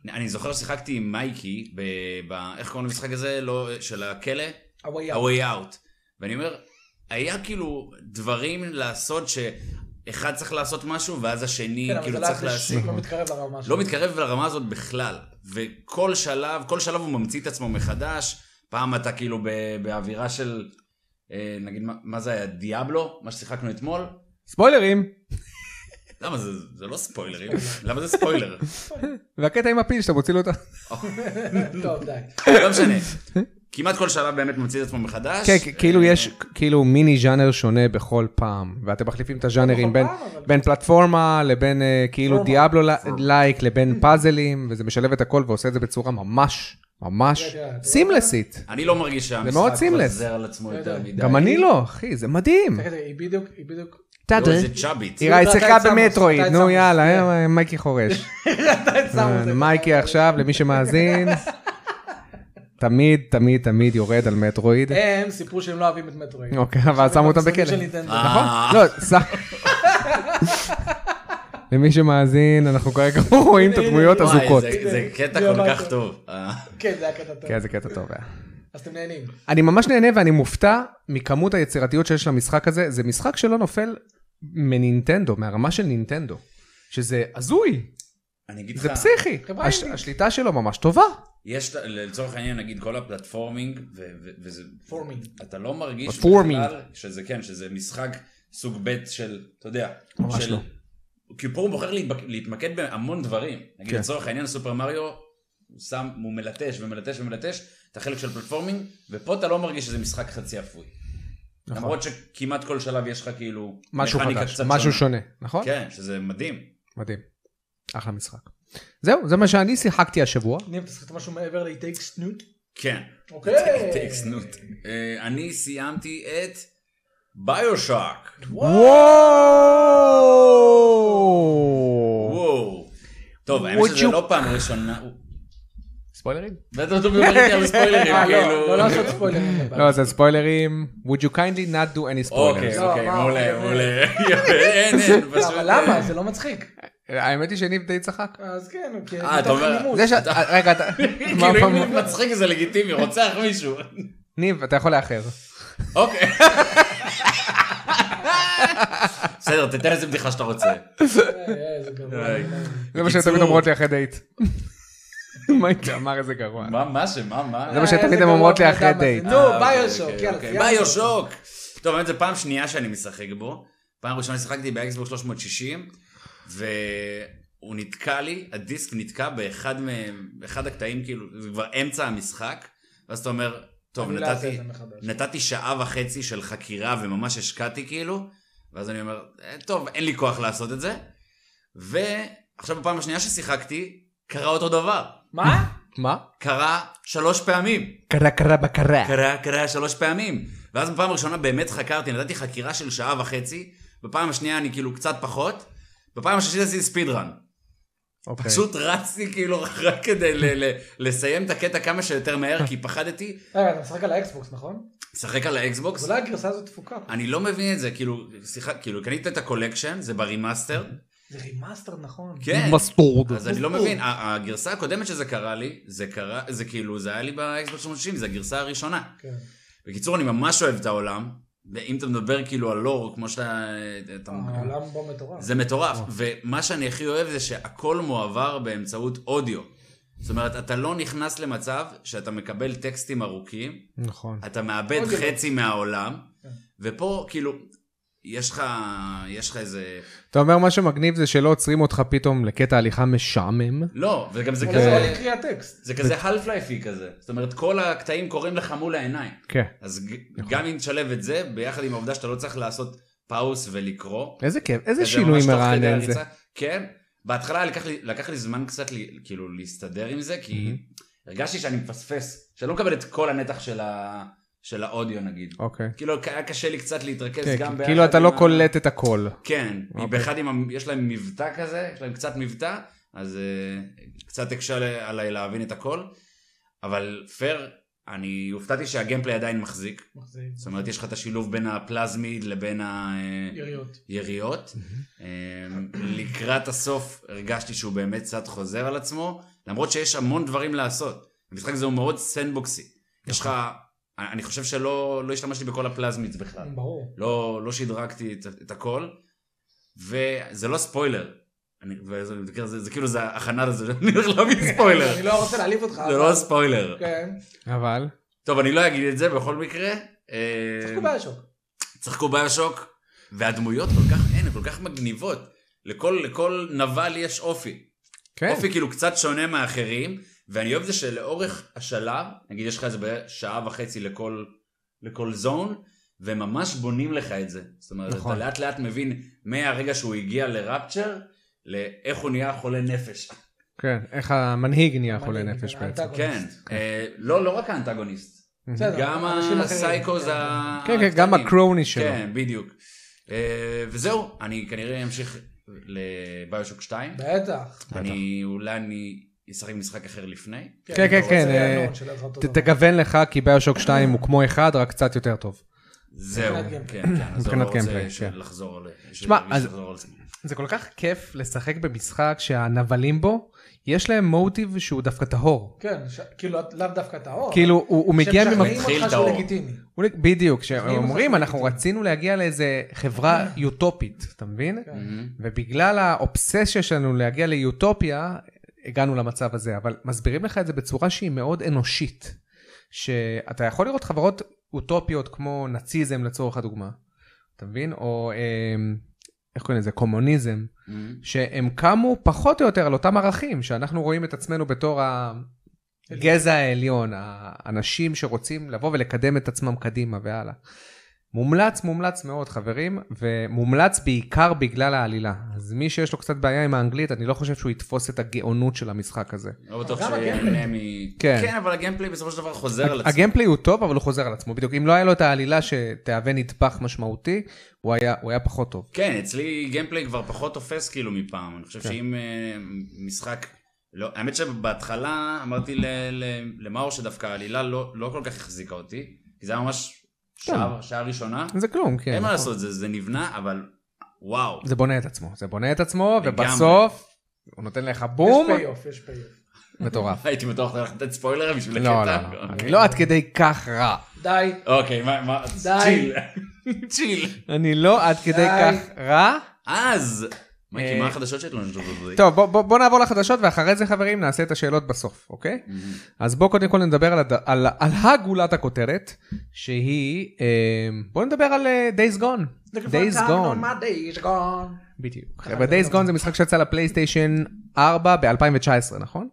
אני זוכר ששיחקתי עם מייקי, איך קוראים למשחק הזה, של הכלא? A Way Out. A Way Out. ואני אומר, היה כאילו דברים לעשות שאחד צריך לעשות משהו, ואז השני כאילו צריך להשיג. לא מתקרב לרמה לא מתקרב לרמה הזאת בכלל. וכל שלב, כל שלב הוא ממציא את עצמו מחדש. פעם אתה כאילו באווירה של, נגיד, מה זה היה? דיאבלו? מה ששיחקנו אתמול? ספוילרים. למה זה, זה לא ספוילרים? למה זה ספוילר? והקטע עם הפיל שאתה מוציא לו אותה. טוב, די. לא משנה. כמעט כל שלב באמת ממציא את עצמו מחדש. כן, כאילו יש כאילו מיני ז'אנר שונה בכל פעם, ואתם מחליפים את הז'אנרים בין פלטפורמה לבין כאילו דיאבלו לייק, לבין פאזלים, וזה משלב את הכל ועושה את זה בצורה ממש, ממש סימלסית. אני לא מרגיש שהמשחק חוזר על עצמו יותר מדי. גם אני לא, אחי, זה מדהים. היא בדיוק, היא בדיוק. זה צ'אבית. היא שיחקה במטרואיד, נו יאללה, מייקי חורש. מייקי עכשיו, למי שמאזין. תמיד, תמיד, תמיד יורד על מטרואיד. הם סיפרו שהם לא אוהבים את מטרואיד. אוקיי, אבל שמו אותם בכלא. נכון? לא, למי שמאזין, אנחנו כרגע רואים את הדמויות הזוקות. זה קטע כל כך טוב. כן, זה היה קטע טוב. כן, זה קטע טוב. אז אתם נהנים. אני ממש נהנה ואני מופתע מכמות היצירתיות שיש למשחק הזה. זה משחק שלא נופל מנינטנדו, מהרמה של נינטנדו. שזה הזוי. זה פסיכי. השליטה שלו ממש טובה. יש, לצורך העניין, נגיד, כל הפלטפורמינג, וזה... פורמינג. אתה לא מרגיש בכלל שזה, כן, שזה משחק סוג ב' של, אתה יודע, ממש לא. כי פה הוא בוחר להתמקד בהמון דברים. נגיד, לצורך העניין, סופר מריו, הוא שם, הוא מלטש ומלטש ומלטש את החלק של פלטפורמינג, ופה אתה לא מרגיש שזה משחק חצי אפוי. למרות שכמעט כל שלב יש לך כאילו... משהו חדש, משהו שונה, נכון? כן, שזה מדהים. מדהים. אחלה משחק. זהו, זה מה שאני שיחקתי השבוע. ניב, אתה שיחקת משהו מעבר ל-It Takes Snoot? כן. אוקיי. It Takes Snoot. אני סיימתי את ביושוק. וואו! וואו. טוב, האמת שזה לא פעם ראשונה. ספוילרים? ואתה טוב יותר איתי על ספוילרים, כאילו. לא לעשות ספוילרים. לא, זה ספוילרים. Would you kindly not do any spoilers? אוקיי, אוקיי, מעולה, מעולה. אין, אין, פשוט. אבל למה? זה לא מצחיק. האמת היא שניב די צחק. אז כן, אוקיי. אה, אתה אומר... רגע, אתה... כאילו אם ניב מצחיק זה לגיטימי, רוצח מישהו. ניב, אתה יכול לאחר. אוקיי. בסדר, תתן איזה בדיחה שאתה רוצה. זה מה שתמיד אומרות לי אחרי דייט. מייקי אמר איזה גרוע. מה, מה שמה, מה? זה מה שתמיד הם אומרות לי אחרי דייט. נו, ביושוק, יאללה. ביושוק. טוב, באמת זה פעם שנייה שאני משחק בו. פעם ראשונה שיחקתי באקסבוקס שלוש מאות שישים, והוא נתקע לי, הדיסק נתקע באחד מהם, באחד הקטעים, כאילו, זה כבר אמצע המשחק, ואז אתה אומר, טוב, נתתי, נתתי שעה וחצי של חקירה וממש השקעתי כאילו, ואז אני אומר, טוב, אין לי כוח לעשות את זה, ועכשיו בפעם השנייה ששיחקתי, קרה אותו דבר. מה? מה? קרה שלוש פעמים. קרה, קרה בקרה. קרה, קרה שלוש פעמים. ואז בפעם הראשונה באמת חקרתי, נתתי חקירה של שעה וחצי, בפעם השנייה אני כאילו קצת פחות, בפעם השלישית עשיתי ספידרן. אוקיי. פשוט רצתי כאילו רק כדי לסיים את הקטע כמה שיותר מהר, כי פחדתי. רגע, אתה משחק על האקסבוקס, נכון? משחק על האקסבוקס. אולי הגרסה הזאת תפוקה. אני לא מבין את זה, כאילו, קנית את הקולקשן, זה ברימאסטר. זה רימאסטר, נכון. כן. מסטורד. אז אני לא מבין, הגרסה הקודמת שזה קרה לי, זה קרה, זה כאילו, זה היה לי באקסבוקס שלוש מאות שישים, זה הגרסה הראשונה. כן. בקיצור, אני ממש אוהב את העולם, ואם אתה מדבר כאילו על לור, כמו שאתה... העולם בו מטורף. זה מטורף, ומה שאני הכי אוהב זה שהכל מועבר באמצעות אודיו. זאת אומרת, אתה לא נכנס למצב שאתה מקבל טקסטים ארוכים, נכון. אתה מאבד חצי מהעולם, ופה כאילו... יש לך, יש לך איזה... אתה אומר מה שמגניב זה שלא עוצרים אותך פתאום לקטע הליכה משעמם. לא, וגם זה כזה... זה לא לקריא הטקסט. זה כזה half-life כזה. זאת אומרת, כל הקטעים קוראים לך מול העיניים. כן. אז גם אם תשלב את זה, ביחד עם העובדה שאתה לא צריך לעשות פאוס ולקרוא. איזה כיף, איזה שינוי מרענן זה. כן, בהתחלה לקח לי, לקח לי זמן קצת לי, כאילו להסתדר עם זה, כי הרגשתי שאני מפספס, שאני לא מקבל את כל הנתח של ה... של האודיו נגיד. אוקיי. כאילו היה קשה לי קצת להתרכז כן, גם באחד. כאילו אתה לא קולט את הכל. כן, באחד עם, יש להם מבטא כזה, יש להם קצת מבטא, אז uh, קצת הקשה עליי להבין את הכל, אבל פייר, אני הופתעתי שהגיימפליי עדיין מחזיק. מחזיק. זאת אומרת, יש לך את השילוב בין הפלזמיד לבין היריות. יריות. לקראת הסוף הרגשתי שהוא באמת קצת חוזר על עצמו, למרות שיש המון דברים לעשות. המשחק הזה הוא מאוד סנדבוקסי. יש לך, אני חושב שלא לא השתמשתי בכל הפלזמיץ בכלל. ברור. לא, לא שדרגתי את, את הכל, וזה לא ספוילר. אני, וזה, זה, זה כאילו זה הכנה לזה, אני הולך להביא ספוילר. אני לא רוצה להעליב אותך. זה לא ספוילר. כן. אבל? טוב, אני לא אגיד את זה בכל מקרה. צחקו ביושוק. צחקו ביושוק, והדמויות כל כך, אין, כל כך מגניבות. לכל, לכל נבל יש אופי. כן. אופי כאילו קצת שונה מאחרים, ואני אוהב זה שלאורך השלב, נגיד יש לך איזה בשעה וחצי לכל, לכל זון, וממש בונים לך את זה. זאת אומרת, נכון. אתה לאט לאט מבין מהרגע שהוא הגיע לרפצ'ר, לאיך הוא נהיה חולה נפש. כן, איך המנהיג נהיה חולה נפש בעצם. כן, לא, לא רק האנטגוניסט. גם הסייקוז הקטנים. כן, כן, גם הקרוני שלו. כן, בדיוק. וזהו, אני כנראה אמשיך לביושוק שתיים. בטח. אני, אולי אני אשחק משחק אחר לפני. כן, כן, כן. תגוון לך, כי ביושוק שתיים הוא כמו אחד, רק קצת יותר טוב. זהו, כן, כן. אז אני לא רוצה לחזור על זה. זה כל כך כיף לשחק במשחק שהנבלים בו, יש להם מוטיב שהוא דווקא טהור. כן, כאילו לאו דווקא טהור. כאילו הוא מגיע שמשכנעים אותך שהוא לגיטימי. בדיוק, שאומרים אנחנו רצינו להגיע לאיזה חברה יוטופית, אתה מבין? ובגלל האובססיה שלנו להגיע ליוטופיה, הגענו למצב הזה, אבל מסבירים לך את זה בצורה שהיא מאוד אנושית, שאתה יכול לראות חברות אוטופיות כמו נאציזם לצורך הדוגמה, אתה מבין? או איך קוראים לזה? קומוניזם, mm-hmm. שהם קמו פחות או יותר על אותם ערכים, שאנחנו רואים את עצמנו בתור הגזע העליון, האנשים שרוצים לבוא ולקדם את עצמם קדימה והלאה. מומלץ, מומלץ מאוד חברים, ומומלץ בעיקר בגלל העלילה. אז מי שיש לו קצת בעיה עם האנגלית, אני לא חושב שהוא יתפוס את הגאונות של המשחק הזה. לא בטוח שיהנה מ... כן, אבל הגיימפליי בסופו של דבר חוזר על עצמו. הגיימפליי הוא טוב, אבל הוא חוזר על עצמו. בדיוק, אם לא היה לו את העלילה שתהווה נדבך משמעותי, הוא היה, הוא היה פחות טוב. כן, אצלי גיימפליי כבר פחות תופס כאילו מפעם. אני חושב שאם משחק... לא, האמת שבהתחלה אמרתי למאור שדווקא העלילה לא כל כך החזיקה אותי, כי זה היה ממש שעה, שעה ראשונה. זה כלום, כן. אין מה לעשות, זה, זה נבנה, אבל וואו. זה בונה את עצמו, זה בונה את עצמו, ובסוף הוא נותן לך בום. יש פיי-אוף, יש פיי-אוף. מטורף. הייתי בטוח לתת ספוילר בשביל הקטע. לא, לא, אני לא עד כדי כך רע. די. אוקיי, מה, די. צ'יל. אני לא עד כדי כך רע. אז... מייקי, מה החדשות שלנו? טוב, בוא, בוא, בוא נעבור לחדשות, ואחרי זה חברים נעשה את השאלות בסוף, אוקיי? Mm-hmm. אז בוא קודם כל נדבר על, הד... על, על הגולת הכותרת, שהיא, בוא נדבר על Days Gone. Days Gone. Days Gone. בדיוק. ו-Days Gone זה משחק שיצא לפלייסטיישן ארבע ב-אלפיים תשע עשרה, נכון?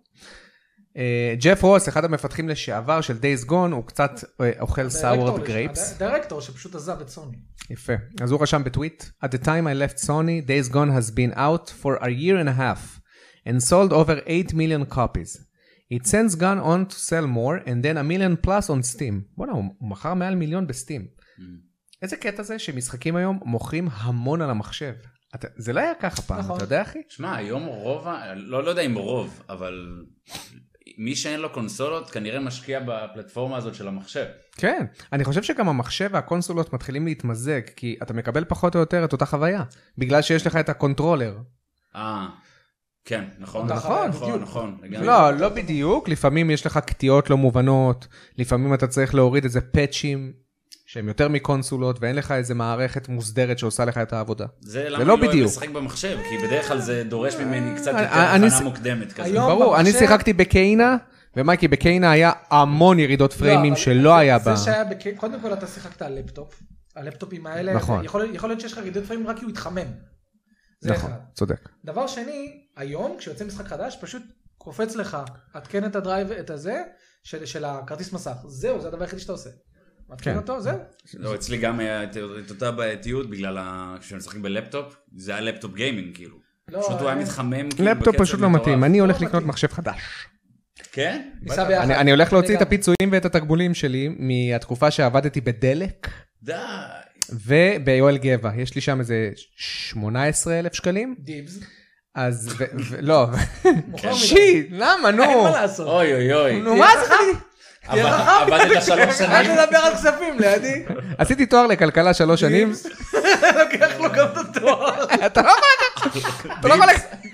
ג'ף רוס, אחד המפתחים לשעבר של Days Gone, הוא קצת אוכל סאוורד גרייפס. דירקטור שפשוט עזב את סוני. יפה. אז הוא רשם בטוויט, At the time I left Sony, Days Gone has been out for a year and a half and sold over eight million copies. It sends gone on to sell more and then a million plus on Steam. בוא'נה, הוא מכר מעל מיליון בסטים. איזה קטע זה שמשחקים היום מוכרים המון על המחשב. זה לא היה ככה פעם, אתה יודע אחי? שמע, היום רוב, לא יודע אם רוב, אבל... מי שאין לו קונסולות כנראה משקיע בפלטפורמה הזאת של המחשב. כן, אני חושב שגם המחשב והקונסולות מתחילים להתמזג, כי אתה מקבל פחות או יותר את אותה חוויה, בגלל שיש לך את הקונטרולר. אה, כן, נכון. נכון, נכון, נכון. לא, לא בדיוק, לפעמים יש לך קטיעות לא מובנות, לפעמים אתה צריך להוריד איזה פאצ'ים, שהם יותר מקונסולות, ואין לך איזה מערכת מוסדרת שעושה לך את העבודה. זה למה אני לא משחק במחשב, כי בדרך כלל זה דורש ממני קצת יותר הכנה מוקדמת כזה. ברור, אני שיחקתי בקיינה, ומייקי בקיינה היה המון ירידות פריימים שלא היה בה. זה שהיה בקיינה, קודם כל אתה שיחקת על לפטופ, הלפטופים האלה, יכול להיות שיש לך ירידות פריימים רק כי הוא יתחמם. נכון, צודק. דבר שני, היום כשיוצא משחק חדש, פשוט קופץ לך, עדכן את הדרייב, את הזה, של הכרטיס מסך. זהו, זה הדבר היחידי שאתה עושה. מתחיל אותו, זהו. לא, אצלי גם היה את אותה בעייתיות, בגלל כשאני משחק בלפטופ, זה היה לפטופ גיימינג, כאילו. פשוט הוא היה מתחמם. לפטופ פשוט לא מתאים, אני הולך לקנות מחשב חדש. כן? אני הולך להוציא את הפיצויים ואת התקבולים שלי, מהתקופה שעבדתי בדלק. די. וביואל גבע, יש לי שם איזה שמונה עשרה אלף שקלים. דיבס. אז, לא. שיט, למה, נו. אין מה לעשות. אוי אוי אוי. נו, מה זה חלי? עבדת שלוש שנים. אני מדבר על כספים לידי. עשיתי תואר לכלכלה שלוש שנים. לוקח לו גם את התואר. אתה לא יכול לקחת. אתה לא יכול לקחת.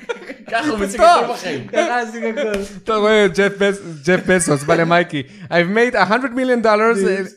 ככה הוא מציג הכל בחיים. ככה השיג הכל. אתה רואה, ג'ף בסוס בא למייקי, I've made one hundred million dollars.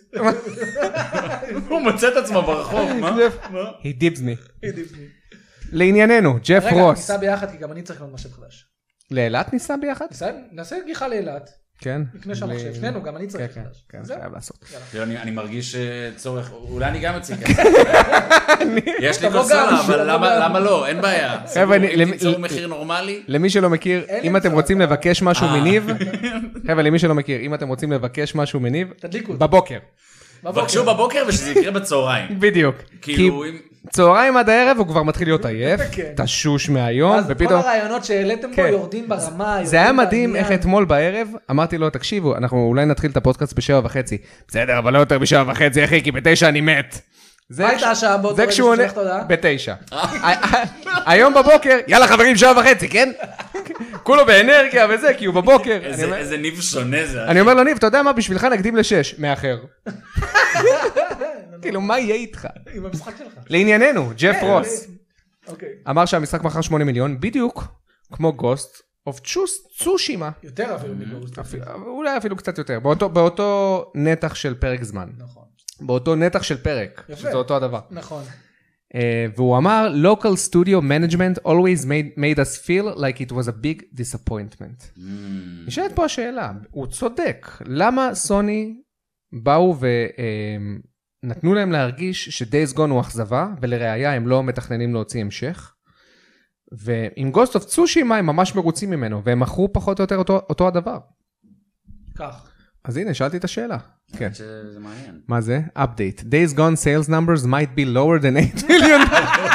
הוא מוצא את עצמו ברחוב, מה? He dips me. לענייננו, ג'ף רוס. רגע, ניסה ביחד, כי גם אני צריך ללמוד מחשב חדש. לאילת ניסה ביחד? נעשה גיחה לאילת. כן. נקנה שם מחשב, שנינו, גם אני צריך חדש. כן, חייב לעשות. אני מרגיש צורך, אולי אני גם אציג כסף. יש לי קונסולה, אבל למה לא? אין בעיה. אם תיצור מחיר נורמלי. למי שלא מכיר, אם אתם רוצים לבקש משהו מניב, חבר'ה, למי שלא מכיר, אם אתם רוצים לבקש משהו מניב, בבוקר. בבקשו בבוקר ושזה יקרה בצהריים. בדיוק. כי צהריים עד הערב הוא כבר מתחיל להיות עייף, תשוש מהיום, ופתאום... כל הרעיונות שהעליתם פה יורדים ברמה. זה היה מדהים איך אתמול בערב, אמרתי לו, תקשיבו, אנחנו אולי נתחיל את הפודקאסט בשבע וחצי. בסדר, אבל לא יותר בשבע וחצי, אחי, כי בתשע אני מת. מה הייתה השעה בו? זה כשהוא עונה, בתשע. היום בבוקר, יאללה חברים, שעה וחצי, כן? כולו באנרגיה וזה, כי הוא בבוקר. איזה ניב שונה זה. אני אומר לו, ניב, אתה יודע מה, בשבילך נקדים לשש, מאחר. כאילו, מה יהיה איתך? עם המשחק שלך. לענייננו, ג'ף רוס. אמר שהמשחק מכר שמונה מיליון, בדיוק כמו גוסט אוף צושימה. יותר אפילו מגוסט. אולי אפילו קצת יותר. באותו נתח של פרק זמן. נכון. באותו נתח של פרק. שזה אותו הדבר. נכון. והוא אמר, local studio management always made, made us feel like it was a big disappointment. נשאלת פה השאלה, הוא צודק. למה סוני באו ונתנו להם להרגיש ש-Days Gone הוא אכזבה, ולראיה הם לא מתכננים להוציא המשך, ועם Ghost of Tsushima הם ממש מרוצים ממנו, והם מכרו פחות או יותר אותו, אותו הדבר. כך. אז הנה, שאלתי את השאלה. כן. זה מעניין. מה זה? Update. Days Gone sales numbers might be lower than eight million.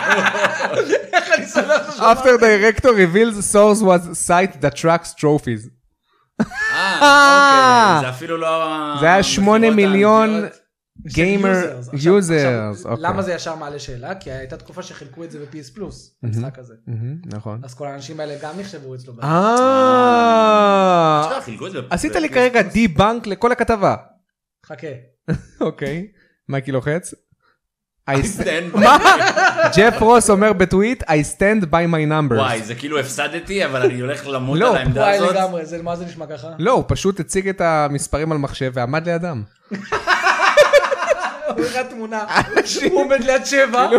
After director reveals source was site that tracks trophies. אה, אוקיי. זה אפילו לא... זה היה שמונה מיליון גיימר יוזרס. למה זה ישר מעלה שאלה? כי הייתה תקופה שחילקו את זה ב-פי אס פלוס, המשחק הזה. נכון. אז כל האנשים האלה גם נחשבו אצלו. אה, עשית לי כרגע די-בנק לכל הכתבה. חכה. אוקיי. מייקי לוחץ. מה? ג'ף רוס אומר בטוויט, I stand by my numbers. וואי, זה כאילו הפסדתי, אבל אני הולך למות על העמדה הזאת. וואי לגמרי, מה זה נשמע ככה? לא, הוא פשוט הציג את המספרים על מחשב ועמד לידם. הוא הראה תמונה, הוא עומד ליד שבע.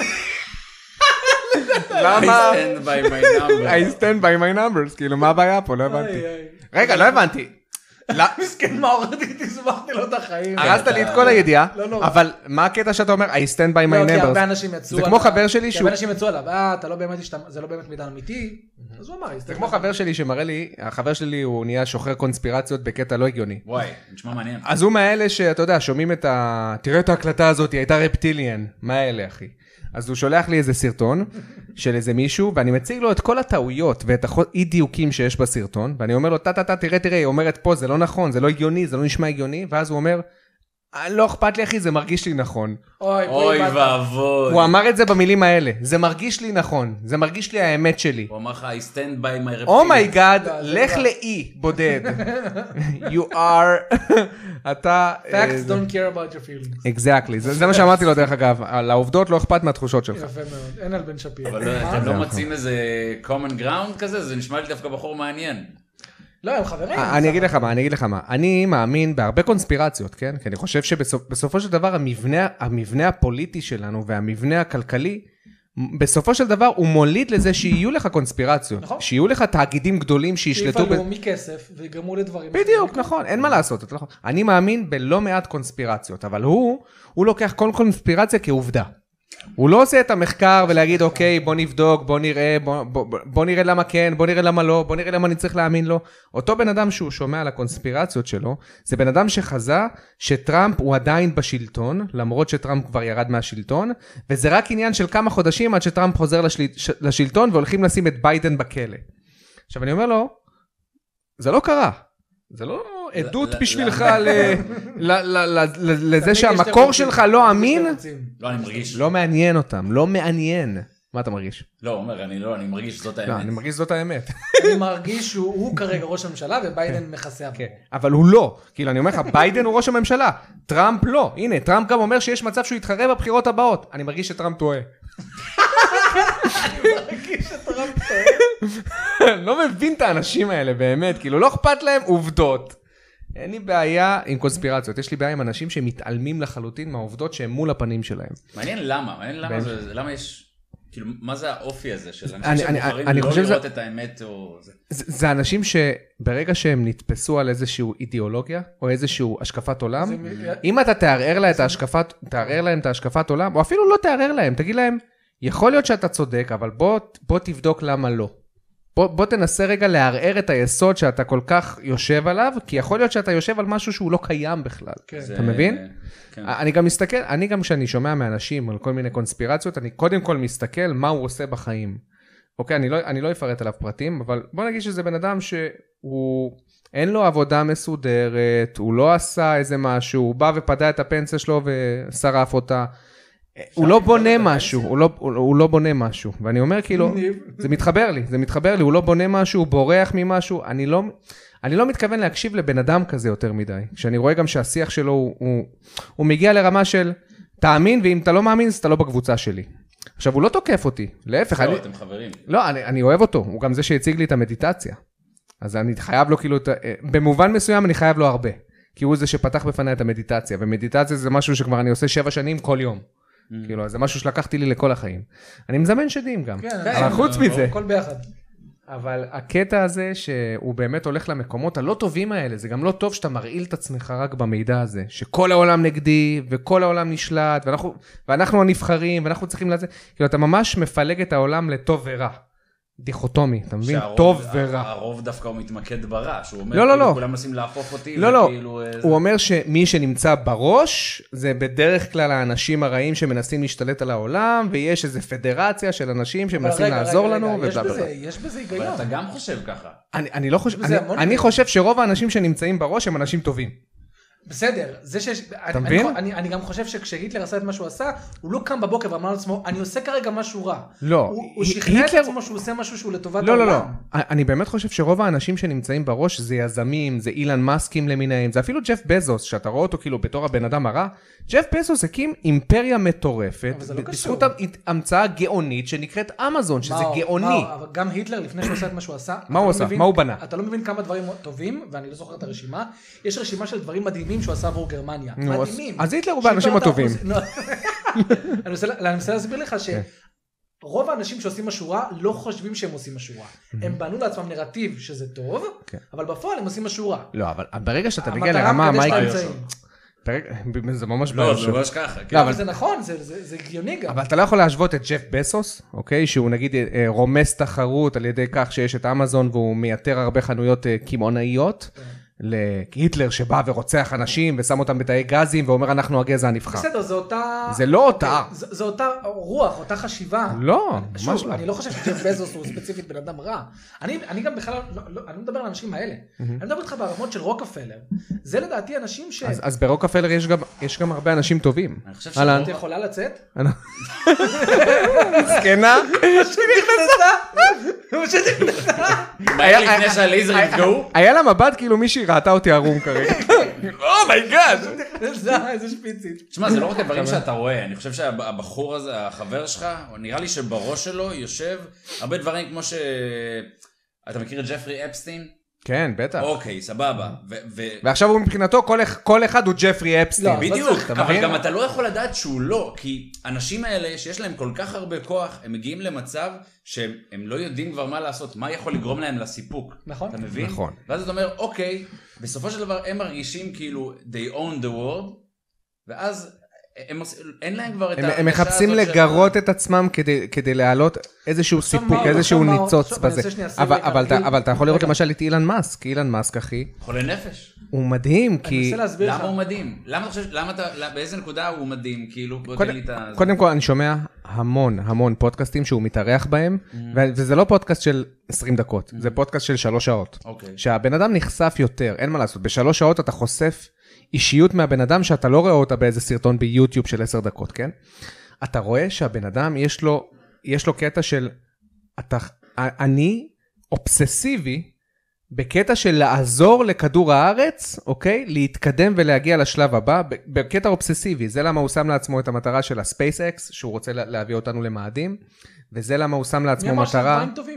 למה? I stand by my numbers. I stand by my numbers, כאילו מה הבעיה פה? לא הבנתי. רגע, לא הבנתי. מסכן מה הורדתי, תסבכתי לו את החיים. הרסת לי את כל הידיעה, אבל מה הקטע שאתה אומר, I stand by my numbers? זה כמו חבר שלי שהוא... הרבה אנשים יצאו עליו, אה, זה לא באמת מידע אמיתי, אז הוא אמר, זה כמו חבר שלי שמראה לי, החבר שלי הוא נהיה שוחר קונספירציות בקטע לא הגיוני. וואי, נשמע מעניין. אז הוא מהאלה שאתה יודע, שומעים את ה... תראה את ההקלטה הזאת, היא הייתה רפטיליאן, מה האלה אחי? אז הוא שולח לי איזה סרטון של איזה מישהו, ואני מציג לו את כל הטעויות ואת האי דיוקים שיש בסרטון, ואני אומר לו, טה-טה-טה, תראה, תראה, היא אומרת פה, זה לא נכון, זה לא הגיוני, זה לא נשמע הגיוני, ואז הוא אומר, לא אכפת לי אחי, זה מרגיש לי נכון. אוי ואבוי. הוא אמר את זה במילים האלה, זה מרגיש לי נכון, זה מרגיש לי האמת שלי. הוא אמר לך, I stand by my reptilian. אומייגאד, לך לאי בודד. You are, אתה... Facts don't care about your feelings. Exactly, זה מה שאמרתי לו דרך אגב, על העובדות לא אכפת מהתחושות שלך. יפה מאוד, אין על בן שפיר. אבל אתם לא מוצאים איזה common ground כזה? זה נשמע לי דווקא בחור מעניין. לא, הם חברים. אני אגיד לך מה, אני אגיד לך מה. אני מאמין בהרבה קונספירציות, כן? כי אני חושב שבסופו של דבר המבנה, המבנה הפוליטי שלנו והמבנה הכלכלי, בסופו של דבר הוא מוליד לזה שיהיו לך קונספירציות. נכון. שיהיו לך תאגידים גדולים שישלטו... שיפעלו מכסף ויגרמו לדברים. בדיוק, נכון, אין מה לעשות. אני מאמין בלא מעט קונספירציות, אבל הוא, הוא לוקח כל קונספירציה כעובדה. הוא לא עושה את המחקר ולהגיד, אוקיי, בוא נבדוק, בוא נראה, בוא, בוא, בוא נראה למה כן, בוא נראה למה לא, בוא נראה למה אני צריך להאמין לו. אותו בן אדם שהוא שומע על הקונספירציות שלו, זה בן אדם שחזה שטראמפ הוא עדיין בשלטון, למרות שטראמפ כבר ירד מהשלטון, וזה רק עניין של כמה חודשים עד שטראמפ חוזר לשל... לשלטון, והולכים לשים את ביידן בכלא. עכשיו אני אומר לו, זה לא קרה. זה לא עדות בשבילך לזה שהמקור שלך לא אמין. לא, אני מרגיש. לא מעניין אותם, לא מעניין. מה אתה מרגיש? לא, אומר, אני לא, אני מרגיש שזאת האמת. לא, אני מרגיש שזאת האמת. אני מרגיש שהוא כרגע ראש הממשלה וביידן מכסה. כן, אבל הוא לא. כאילו, אני אומר לך, ביידן הוא ראש הממשלה. טראמפ לא. הנה, טראמפ גם אומר שיש מצב שהוא יתחרה בבחירות הבאות. אני מרגיש שטראמפ טועה. אני מרגיש שטראמפ טועה. לא מבין את האנשים האלה באמת, כאילו לא אכפת להם עובדות. אין לי בעיה עם קונספירציות, יש לי בעיה עם אנשים שמתעלמים לחלוטין מהעובדות שהם מול הפנים שלהם. מעניין למה, מעניין למה זה, למה יש, כאילו, מה זה האופי הזה של אנשים שבוחרים לא לראות את האמת או זה? זה אנשים שברגע שהם נתפסו על איזשהו אידיאולוגיה, או איזשהו השקפת עולם, אם אתה תערער להם את ההשקפת, תערער להם את ההשקפת עולם, או אפילו לא תערער להם, תגיד להם, יכול להיות שאתה צודק, אבל בוא, בוא תבדוק למה לא. בוא, בוא תנסה רגע לערער את היסוד שאתה כל כך יושב עליו, כי יכול להיות שאתה יושב על משהו שהוא לא קיים בכלל. כן. אתה מבין? כן. אני גם מסתכל, אני גם כשאני שומע מאנשים על כל מיני קונספירציות, אני קודם כל מסתכל מה הוא עושה בחיים. אוקיי, אני לא, אני לא אפרט עליו פרטים, אבל בוא נגיד שזה בן אדם שהוא, אין לו עבודה מסודרת, הוא לא עשה איזה משהו, הוא בא ופדע את הפנסיה שלו ושרף אותה. הוא לא בונה משהו, הוא לא, הוא לא בונה משהו, ואני אומר כאילו, זה מתחבר לי, זה מתחבר לי, הוא לא בונה משהו, הוא בורח ממשהו, אני לא, אני לא מתכוון להקשיב לבן אדם כזה יותר מדי, כשאני רואה גם שהשיח שלו, הוא, הוא, הוא מגיע לרמה של, תאמין, ואם אתה לא מאמין, אז אתה לא בקבוצה שלי. עכשיו, הוא לא תוקף אותי, להפך, לא, אני, אתם חברים. לא, אני, אני אוהב אותו, הוא גם זה שהציג לי את המדיטציה, אז אני חייב לו כאילו, במובן מסוים אני חייב לו הרבה, כי הוא זה שפתח בפני את המדיטציה, ומדיטציה זה משהו שכבר אני עושה שבע שנים כל יום. כאילו, זה משהו שלקחתי לי לכל החיים. אני מזמן שדים גם. אבל חוץ מזה. הכל ביחד. אבל הקטע הזה שהוא באמת הולך למקומות הלא טובים האלה, זה גם לא טוב שאתה מרעיל את עצמך רק במידע הזה, שכל העולם נגדי, וכל העולם נשלט, ואנחנו, ואנחנו הנבחרים, ואנחנו צריכים לזה, כאילו, אתה ממש מפלג את העולם לטוב ורע. דיכוטומי, אתה מבין? טוב ורע. הרוב דווקא הוא מתמקד ברע, שהוא אומר, לא, לא, לא. כולם נסים להפוך אותי, לא, לא, הוא אומר שמי שנמצא בראש, זה בדרך כלל האנשים הרעים שמנסים להשתלט על העולם, ויש איזו פדרציה של אנשים שמנסים לעזור לנו, יש בזה היגיון. אבל אתה גם חושב ככה. אני לא חושב, אני חושב שרוב האנשים שנמצאים בראש הם אנשים טובים. בסדר, זה שיש, אתה מבין? אני, אני גם חושב שכשהיטלר עשה את מה שהוא עשה, הוא לא קם בבוקר ואמר לעצמו, אני עושה כרגע משהו רע. לא. הוא, הוא שכנע את עצמו שהוא עושה משהו שהוא לטובת העולם. לא, לא, לא. אני באמת חושב שרוב האנשים שנמצאים בראש זה יזמים, זה אילן מאסקים למיניהם, זה אפילו ג'ף בזוס, שאתה רואה אותו כאילו בתור הבן אדם הרע. ג'ף בזוס הקים אימפריה מטורפת, בזכות המצאה גאונית שנקראת אמזון, שזה גאוני. אבל גם היטלר, לפני שהוא עשה את מה שהוא עשה, מה הוא עשה? מה הוא בנה? אתה לא מבין כמה דברים טובים, ואני לא זוכר את הרשימה. יש רשימה של דברים מדהימים שהוא עשה עבור גרמניה. מדהימים. אז היטלר הוא באנשים הטובים. אני מנסה להסביר לך שרוב האנשים שעושים משהו רע לא חושבים שהם עושים משהו רע. הם בנו לעצמם נרטיב שזה טוב, אבל בפועל הם עושים משהו רע. לא, אבל ברגע שאתה מגיע לרמה, מה יקרה? זה ממש בעיה. לא, זה ממש ככה. אבל זה נכון, זה הגיוני גם. אבל אתה לא יכול להשוות את ג'ף בסוס, אוקיי? שהוא נגיד רומס תחרות על ידי כך שיש את אמזון והוא מייתר הרבה חנויות קמעונאיות. להיטלר שבא ורוצח אנשים ושם אותם בתאי גזים ואומר אנחנו הגזע הנבחר. בסדר, זה אותה... זה לא אותה. זה אותה רוח, אותה חשיבה. לא, ממש לא. אני לא חושב שג'ף בזוס הוא ספציפית בן אדם רע. אני גם בכלל, אני לא מדבר על האנשים האלה. אני מדבר איתך ברמות של רוקפלר. זה לדעתי אנשים ש... אז ברוקפלר יש גם הרבה אנשים טובים. אני חושב שאתה יכולה לצאת? סקנה? פשוט נכנסה. מהר לפני שהלייזר יפגעו? היה לה מבט כאילו מישהי ראתה אותי ערום כרגע. אומייגאד. איזה שפיצית. תשמע, זה לא רק הדברים שאתה רואה. אני חושב שהבחור הזה, החבר שלך, נראה לי שבראש שלו יושב הרבה דברים כמו ש... אתה מכיר את ג'פרי אפסטין? כן, בטח. אוקיי, סבבה. ועכשיו הוא מבחינתו, כל אחד הוא ג'פרי אפסטין. בדיוק, אבל גם אתה לא יכול לדעת שהוא לא, כי אנשים האלה שיש להם כל כך הרבה כוח, הם מגיעים למצב שהם לא יודעים כבר מה לעשות, מה יכול לגרום להם לסיפוק. נכון. אתה מבין? נכון. ואז אתה אומר, אוקיי, בסופו של דבר הם מרגישים כאילו, they own the world, ואז... אין להם כבר את ההרגשה הזאת. הם מחפשים לגרות את עצמם כדי להעלות איזשהו סיפוק, איזשהו ניצוץ בזה. אבל אתה יכול לראות למשל את אילן מאסק, אילן מאסק אחי. חולה נפש. הוא מדהים, כי... למה הוא מדהים? למה אתה חושב, באיזה נקודה הוא מדהים? כאילו, קודם כל אני שומע המון, המון פודקאסטים שהוא מתארח בהם, וזה לא פודקאסט של עשרים דקות, זה פודקאסט של שלוש שעות. שהבן אדם נחשף יותר, אין מה לעשות, בשלוש שעות אתה חושף אישיות מהבן אדם שאתה לא רואה אותה באיזה סרטון ביוטיוב של עשר דקות, כן? אתה רואה שהבן אדם יש לו, יש לו קטע של, אתה, אני אובססיבי, בקטע של לעזור לכדור הארץ, אוקיי? להתקדם ולהגיע לשלב הבא, בקטע אובססיבי. זה למה הוא שם לעצמו את המטרה של הספייס אקס, שהוא רוצה להביא אותנו למאדים, וזה למה הוא שם לעצמו מטרה... מי אמר שזה דברים טובים?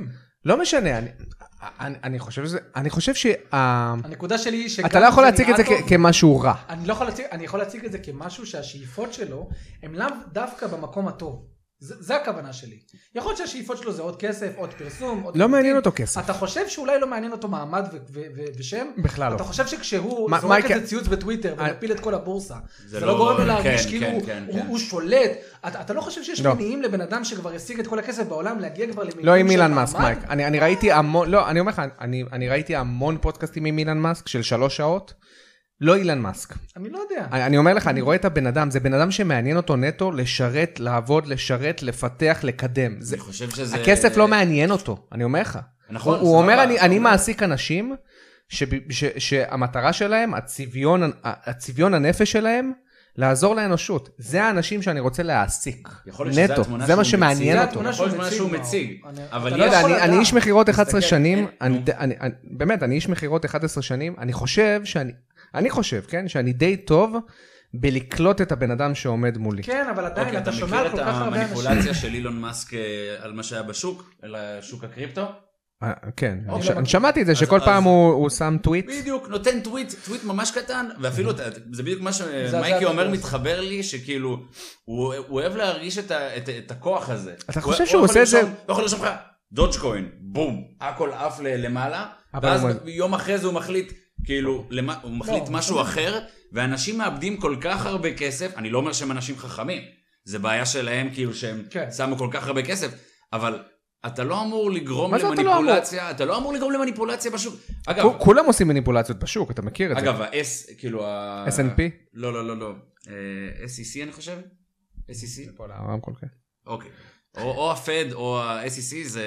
לא משנה, אני, אני, אני חושב שזה, אני חושב שה... הנקודה שלי היא שגם... אתה לא יכול להציג את זה כ- כמשהו רע. אני לא יכול להציג, אני יכול להציג את זה כמשהו שהשאיפות שלו, הם לאו דווקא במקום הטוב. זה, זה הכוונה שלי. יכול להיות שהשאיפות שלו זה עוד כסף, עוד פרסום, עוד... לא מעניין אותו כסף. אתה חושב שאולי לא מעניין אותו מעמד ו- ו- ו- ושם? בכלל לא. אתה חושב שכשהוא מה- זורק מה- איזה ציוץ בטוויטר ומפיל את כל הבורסה, זה לא- לא גורם לו כן, להרגיש כן, כאילו כן, הוא- כן. הוא שולט. אתה אתה לא חושב שיש לא. מניעים לבן אדם שכבר השיג את כל הכסף בעולם להגיע כבר למניעים של לא מעמד? עם אילן מאסק, מייק. אני, אני ראיתי המון, לא, אני אומר לך, אני, אני ראיתי המון פודקאסטים עם אילן מאסק של שלוש שעות. לא אילן מאסק. אני לא יודע. אני, אני אומר לך, אני רואה את הבן אדם, זה בן אדם שמעניין אותו נטו לשרת, לעבוד, לשרת, לפתח, לקדם. זה, אני חושב שזה... הכסף לא מעניין אותו, אני אומר לך. נכון, הוא, הוא אומר, סבבה, אני, אתה אני אומר. מעסיק אנשים ש, ש, שהמטרה שלהם, הצביון, הצביון הנפש שלהם, לעזור לאנושות. זה האנשים שאני רוצה להעסיק. יכול להיות שזה נטו, התמונה זה מה שהוא שמעניין מציג. אותו. התמונה יכול להיות שהוא שהוא מציג, מציג. מאור. אני- אבל אתה לא יש... יודע, יכול אני, אני לדעת. איש מכירות אחת עשרה תסתכל, שנים, כן, אני, נו. אני, אני, באמת, אני איש מכירות אחת עשרה שנים, אני חושב שאני, אני חושב, כן, שאני די טוב בלקלוט את הבן אדם שעומד מולי. כן, אבל עדיין אוקיי, אתה אתה שומע על מכיר כל את כך הרבה אנשים. המניפולציה של אילון מאסק אה, על מה שהיה בשוק, על השוק הקריפטו? אה, כן, אוקיי, אני ש- לא אני שמעתי את זה, אז- שכל אז- פעם הוא הוא שם טוויט. בדיוק, נותן טוויט, טוויט ממש קטן, ואפילו אתה- זה בדיוק מה זה שמייקי אומר, הטוויט. מתחבר לי, שכאילו, הוא הוא אוהב להרגיש את ה- את- את הכוח הזה. אתה הוא- חושב הוא שהוא יכול עושה את זה- לרשום- הוא יכול לרשום לך, דודג'קוין, בום, הכל עף ל- למעלה, אבל ואז הוא- יום אחרי זה הוא מחליט, כאילו, למה- הוא מחליט לא, משהו אחר, ואנשים מאבדים כל כך הרבה כסף, אני לא אומר שהם אנשים חכמים, זה בעיה שלהם, כאילו שהם כן. שמו כל כך הרבה כסף, אבל אתה לא אמור לגרום מה זה אתה לא למניפולציה, אתה לא אמור לגרום למניפולציה בשוק. אגב, כ- כולם עושים מניפולציות בשוק, אתה מכיר את זה. אגב, ה-S, כאילו ה... אס אנד פי? לא, לא, לא, לא. אה, אס אי סי אני חושב? אס אי סי? פה לרמקול, כן. אוקיי. או או ה-Fed או ה-אס אי סי זה...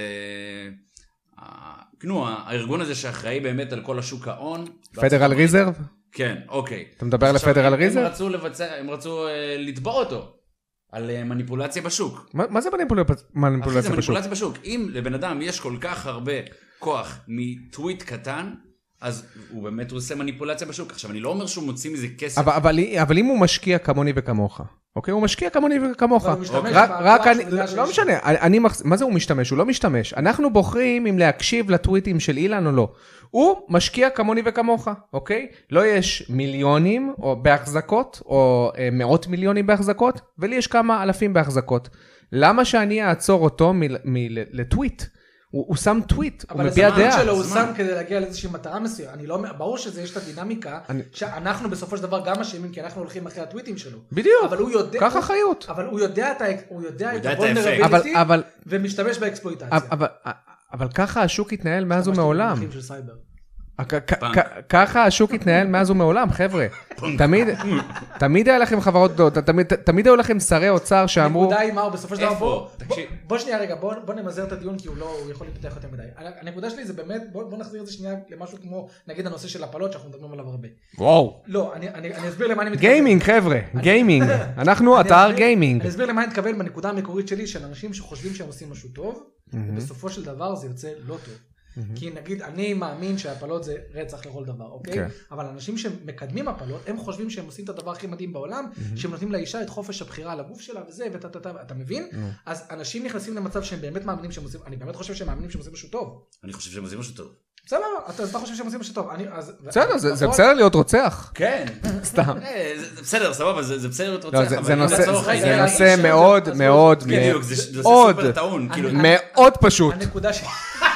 ה- נו, הארגון הזה שאחראי באמת על כל השוק ההון. פדרל ריזרב? כן, אוקיי. אתה מדבר על עכשיו, הפדרל הם- ריזרב? הם רצו לבצע, הם רצו אה, לתבוע אותו. על אה, מניפולציה בשוק. מה מה זה מניפולציה אחי, זה מניפולציה בשוק? מניפולציה בשוק. אם לבן אדם יש כל כך הרבה כוח מטוויט קטן, אז הוא באמת עושה מניפולציה בשוק. עכשיו, אני לא אומר שהוא מוציא מזה כסף. אבל- אבל אבל אם הוא משקיע כמוני וכמוך, אוקיי? הוא משקיע כמוני וכמוך. אבל הוא משתמש רק- בכוח רק שהוא אני, יודע לא שיש משנה, אני- אני מחז- מה זה הוא משתמש? הוא לא משתמש. אנחנו בוחרים אם להקשיב לטוויטים של אילן או לא. הוא משקיע כמוני וכמוך, אוקיי? לא יש מיליונים או בהחזקות, או אה, מאות מיליונים בהחזקות, ולי יש כמה אלפים בהחזקות. למה שאני אעצור אותו מ- מ- לטוויט? הוא הוא שם טוויט, הוא אבל מביע הזמן דעה. שלו הוא הזמן. שם כדי להגיע לאיזושהי מטרה מסוימת. אני לא אומר, ברור שזה יש את הדינמיקה, אני- שאנחנו בסופו של דבר גם אשמים, כי אנחנו הולכים אחרי הטוויטים שלו. בדיוק, אבל הוא יודע... קח אחריות. אבל הוא יודע את ה- הוא יודע את יודע את ה-vulnerability, האפקט. אבל- אבל- ומשתמש באקספלויטציה. אבל, אבל ככה השוק התנהל מאז ממש ומעולם. במונחים של סייבר. כ- כ- פאנק. כ- ככה השוק התנהל מאז ומעולם, חבר'ה. תמיד, תמיד היה לכם חברות גדולות, תמיד, תמיד היו לכם שרי אוצר שאמרו, הנקודה היא מה הוא בסופו של דבר, איפה? בוא, תקשיב. בוא, בוא שנייה רגע, בוא, בוא נמזר את הדיון כי הוא לא, הוא יכול להתפתח יותר מדי. הנקודה שלי זה באמת, בוא, בוא נחזיר את זה שנייה למשהו כמו, נגיד הנושא של הפלות שאנחנו מדברים עליו הרבה. וואו, לא, אני, אני, אני אסביר למה אני מתכוון. גיימינג חבר'ה, גיימינג, אנחנו אני אתר אסביר- גיימינג. אני אסביר למה אני מתכוון בנקודה המקורית שלי, של אנשים שחושבים שהם עושים משהו טוב, ובסופו של דבר זה יוצא לא טוב. כי נגיד, אני מאמין שהפלות זה רצח לכל דבר, אוקיי? כן. אבל אנשים שמקדמים הפלות, הם חושבים שהם עושים את הדבר הכי מדהים בעולם, שהם נותנים לאישה את חופש הבחירה על הגוף שלה וזה, ואתה, אתה, אתה מבין? אז אנשים נכנסים למצב שהם באמת מאמינים שהם עושים, אני באמת חושב שהם מאמינים שהם עושים משהו טוב. אני חושב שהם עושים משהו טוב. בסדר, אתה, אז אתה חושב שהם עושים משהו טוב. אני, אז, בסדר, זה זה בפועל- בסדר להיות רוצח. כן. סתם. אה, זה- זה בסדר, סבבה, זה זה בסדר להיות לא, רוצח. זה- אבל זה אם נושא- לצורך זה העניין- נושא האיש הזה- מאוד אז מאוד, בוא- בדיוק, זה זה נושא מאוד, סופר טעון. כאילו, אני- מאוד פשוט. הנקודה שלי...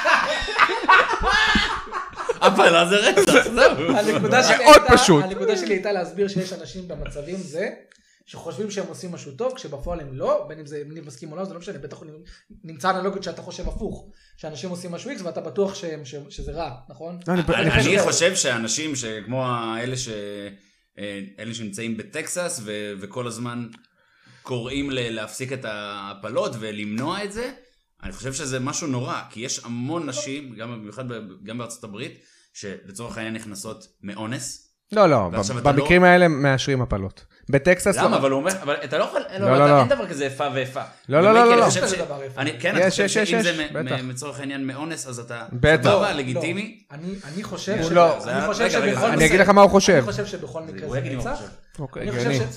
הפלה זה רצח, זהו. הנקודה שלי מאוד הייתה- פשוט. הנקודה שלי הייתה להסביר שיש אנשים במצבים זה, שחושבים שהם עושים משהו טוב, כשבפועל הם לא, בין אם זה ניב מסכים או לא, זה לא משנה, בטח נמצא אנלוגיות שאתה חושב הפוך, שאנשים עושים משהו X ואתה בטוח שהם- ש- שזה רע, נכון? לא, אני- אני אני אני חושב- חושב שאנשים שכמו האלה ש... אה, אלה שנמצאים בטקסס ו- וכל הזמן קוראים ל- להפסיק את ההפלות ולמנוע את זה, אני חושב שזה משהו נורא, כי יש המון נשים, גם במיוחד ב- גם בארצות הברית, שלצורך העניין נכנסות מאונס. לא, לא, ועכשיו אתה במקרים האלה מאשרים הפלות. בטקסס למה? לא. אבל הוא אומר, אבל אתה לא יכול, לא, לא, לא, אתה- לא. אין דבר כזה איפה ואיפה. לא, לא, גם לא, כי לא, אני לא. חושב יש ש- כזה דבר איפה. אני- כן, יש, אני חושב יש, יש, שאם יש, זה מ- בטח. מ- מצורך העניין מאונס, אז אתה בטח. סבבה, לא, לגיטימי. לא. אני- אני חושב הוא ש- לא. זה אני היה- חושב רגע, רגע, שבכל אני אני אגיד מקרה- לך מה הוא חושב. אני חושב שבכל מקרה הוא זה יגיד לי מה הוא רצח. חושב. אוקיי, אני חושב הגיוני. ש...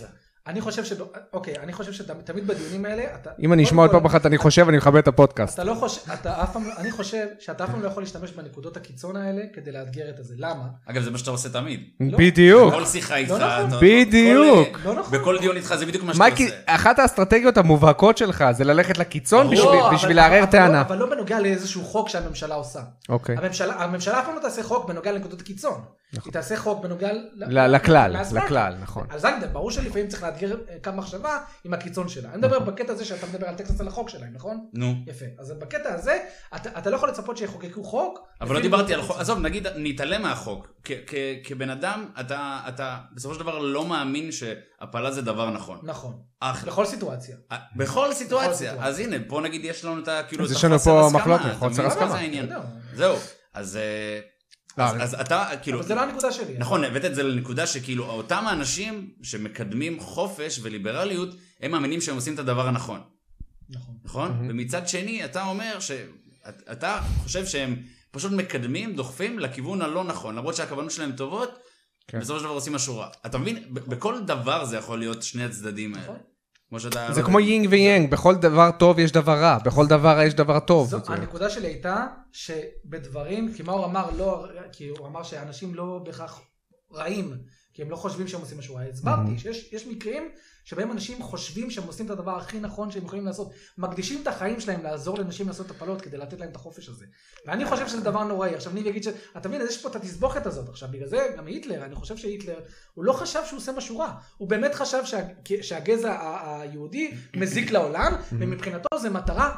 אני חושב ש... אוקיי, אני חושב שתמיד בדיונים האלה, אתה... אם אני אשמע עוד פעם אחת, אני חושב, אני מכבד את הפודקאסט. אתה לא חושב, אתה אף פעם, אני חושב שאתה אף פעם לא יכול להשתמש בנקודות הקיצון האלה, כדי לאתגר את זה. למה? אגב, זה מה שאתה עושה תמיד. בדיוק. בכל שיחה איתך. בדיוק. בכל דיון איתך, זה בדיוק מה שאתה עושה. מייקי, אחת האסטרטגיות המובהקות שלך, זה ללכת לקיצון בשביל לערער טענה. אבל לא בנוגע לאיזשהו חוק שהממשלה עושה. הממשלה אף פעם לא תעשה חוק בנוגע לנקודות הקיצון. היא תעשה חוק בנוגע לכלל, לכלל, נכון. אז אני ברור שלפעמים צריך לאתגר קו מחשבה עם הקיצון שלה. אני מדבר בקטע הזה שאתה מדבר על טקסס על החוק שלהם, נכון? נו. יפה. אז בקטע הזה, אתה לא יכול לצפות שיחוקקו חוק. אבל לא דיברתי על חוק. עזוב, נגיד, נתעלם מהחוק. כבן אדם, אתה בסופו של דבר לא מאמין שהפלה זה דבר נכון. נכון. בכל סיטואציה. בכל סיטואציה. אז הנה, פה נגיד יש לנו את כאילו... אז יש לנו פה מחלוקת, חוסר הסכמה. זהו. אז... אז אתה, כאילו... אבל זה לא הנקודה שלי. נכון, הבאת את זה לנקודה שכאילו, אותם האנשים שמקדמים חופש וליברליות, הם מאמינים שהם עושים את הדבר הנכון. נכון. נכון? ומצד שני, אתה אומר שאתה חושב שהם פשוט מקדמים, דוחפים לכיוון הלא נכון, למרות שהכוונות שלהם טובות, בסופו של דבר עושים משהו רע. אתה מבין? בכל דבר זה יכול להיות שני הצדדים האלה. זה כמו יינג ויינג, בכל דבר טוב יש דבר רע, בכל דבר יש דבר טוב. הנקודה שלי הייתה שבדברים, כי מאור אמר לא, כי הוא אמר שאנשים לא בהכרח רעים, כי הם לא חושבים שהם עושים משהו רע. הסברתי שיש מקרים שבהם אנשים חושבים שהם עושים את הדבר הכי נכון שהם יכולים לעשות, מקדישים את החיים שלהם לעזור לנשים לעשות הפלות כדי לתת להם את החופש הזה. ואני חושב שזה דבר נוראי. עכשיו אני אגיד שאתה מבין, יש פה את התסבוכת הזאת. עכשיו בגלל זה גם היטלר, אני חושב שהיטלר, הוא לא חשב שהוא עושה משהו רע. הוא באמת חשב שהגזע היהודי מזיק לעולם, ומבחינתו זה מטרה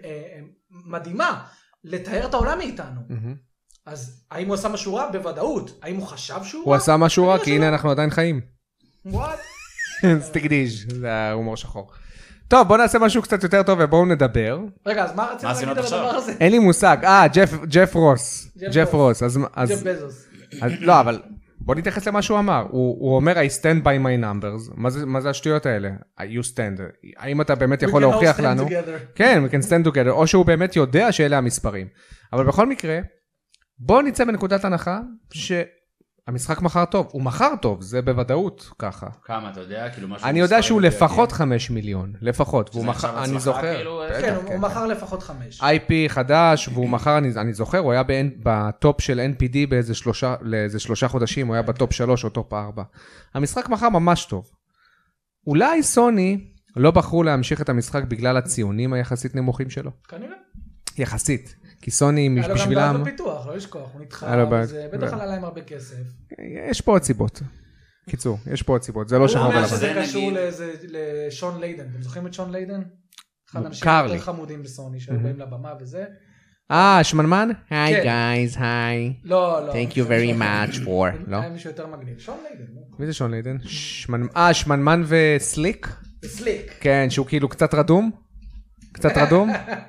מדהימה לטהר את העולם מאיתנו. אז האם הוא עשה משהו רע? בוודאות. האם הוא חשב שהוא רע? הוא עשה משהו רע, כי הנה אנחנו עדיין חיים. וואט? סטיגדיש, זה ההומור שחור. טוב, בוא נעשה משהו קצת יותר טוב ובואו נדבר. רגע, אז מה רצינו להגיד על הדבר הזה? אין לי מושג. אה, ג'ף רוס. ג'ף רוס. ג'ף בזוס. לא, אבל בוא נתייחס למה שהוא אמר. הוא אומר, I stand by my numbers. מה זה השטויות האלה? You stand. האם אתה באמת יכול להוכיח לנו? כן, we can stand together. או שהוא באמת יודע שאלה המספרים. אבל בכל מקרה, בואו נצא בנקודת הנחה ש... המשחק מחר טוב, הוא מחר טוב, זה בוודאות ככה. כמה, אתה יודע? אני יודע שהוא לפחות חמש מיליון, לפחות, והוא מחר, אני זוכר. כן, הוא מחר לפחות חמש. איי פי חדש, והוא מחר, אני זוכר, הוא היה בטופ של אן פי די באיזה שלושה חודשים, הוא היה בטופ שלוש או טופ ארבע. המשחק מחר ממש טוב. אולי סוני לא בחרו להמשיך את המשחק בגלל הציונים היחסית נמוכים שלו. כנראה. יחסית. כי סוני בשבילם... היה לו גם בעד בפיתוח, לא לשכוח, הוא נדחה, וזה בטח עלה להם הרבה כסף. יש פה עוד סיבות. קיצור, יש פה עוד סיבות, זה לא שחור ולבן. הוא אומר שזה קשור לשון ליידן, אתם זוכרים את שון ליידן? אחד האנשים יותר חמודים בסוני, שבאים לבמה וזה. אה, שמנמן? היי גייז, היי. לא, לא. Thank you very much for... לא? היה מישהו יותר מגניב. שון ליידן. מי זה שון ליידן? אה, שמנמן וסליק? וסליק. כן, שהוא כאילו קצת רדום. קצת רדום?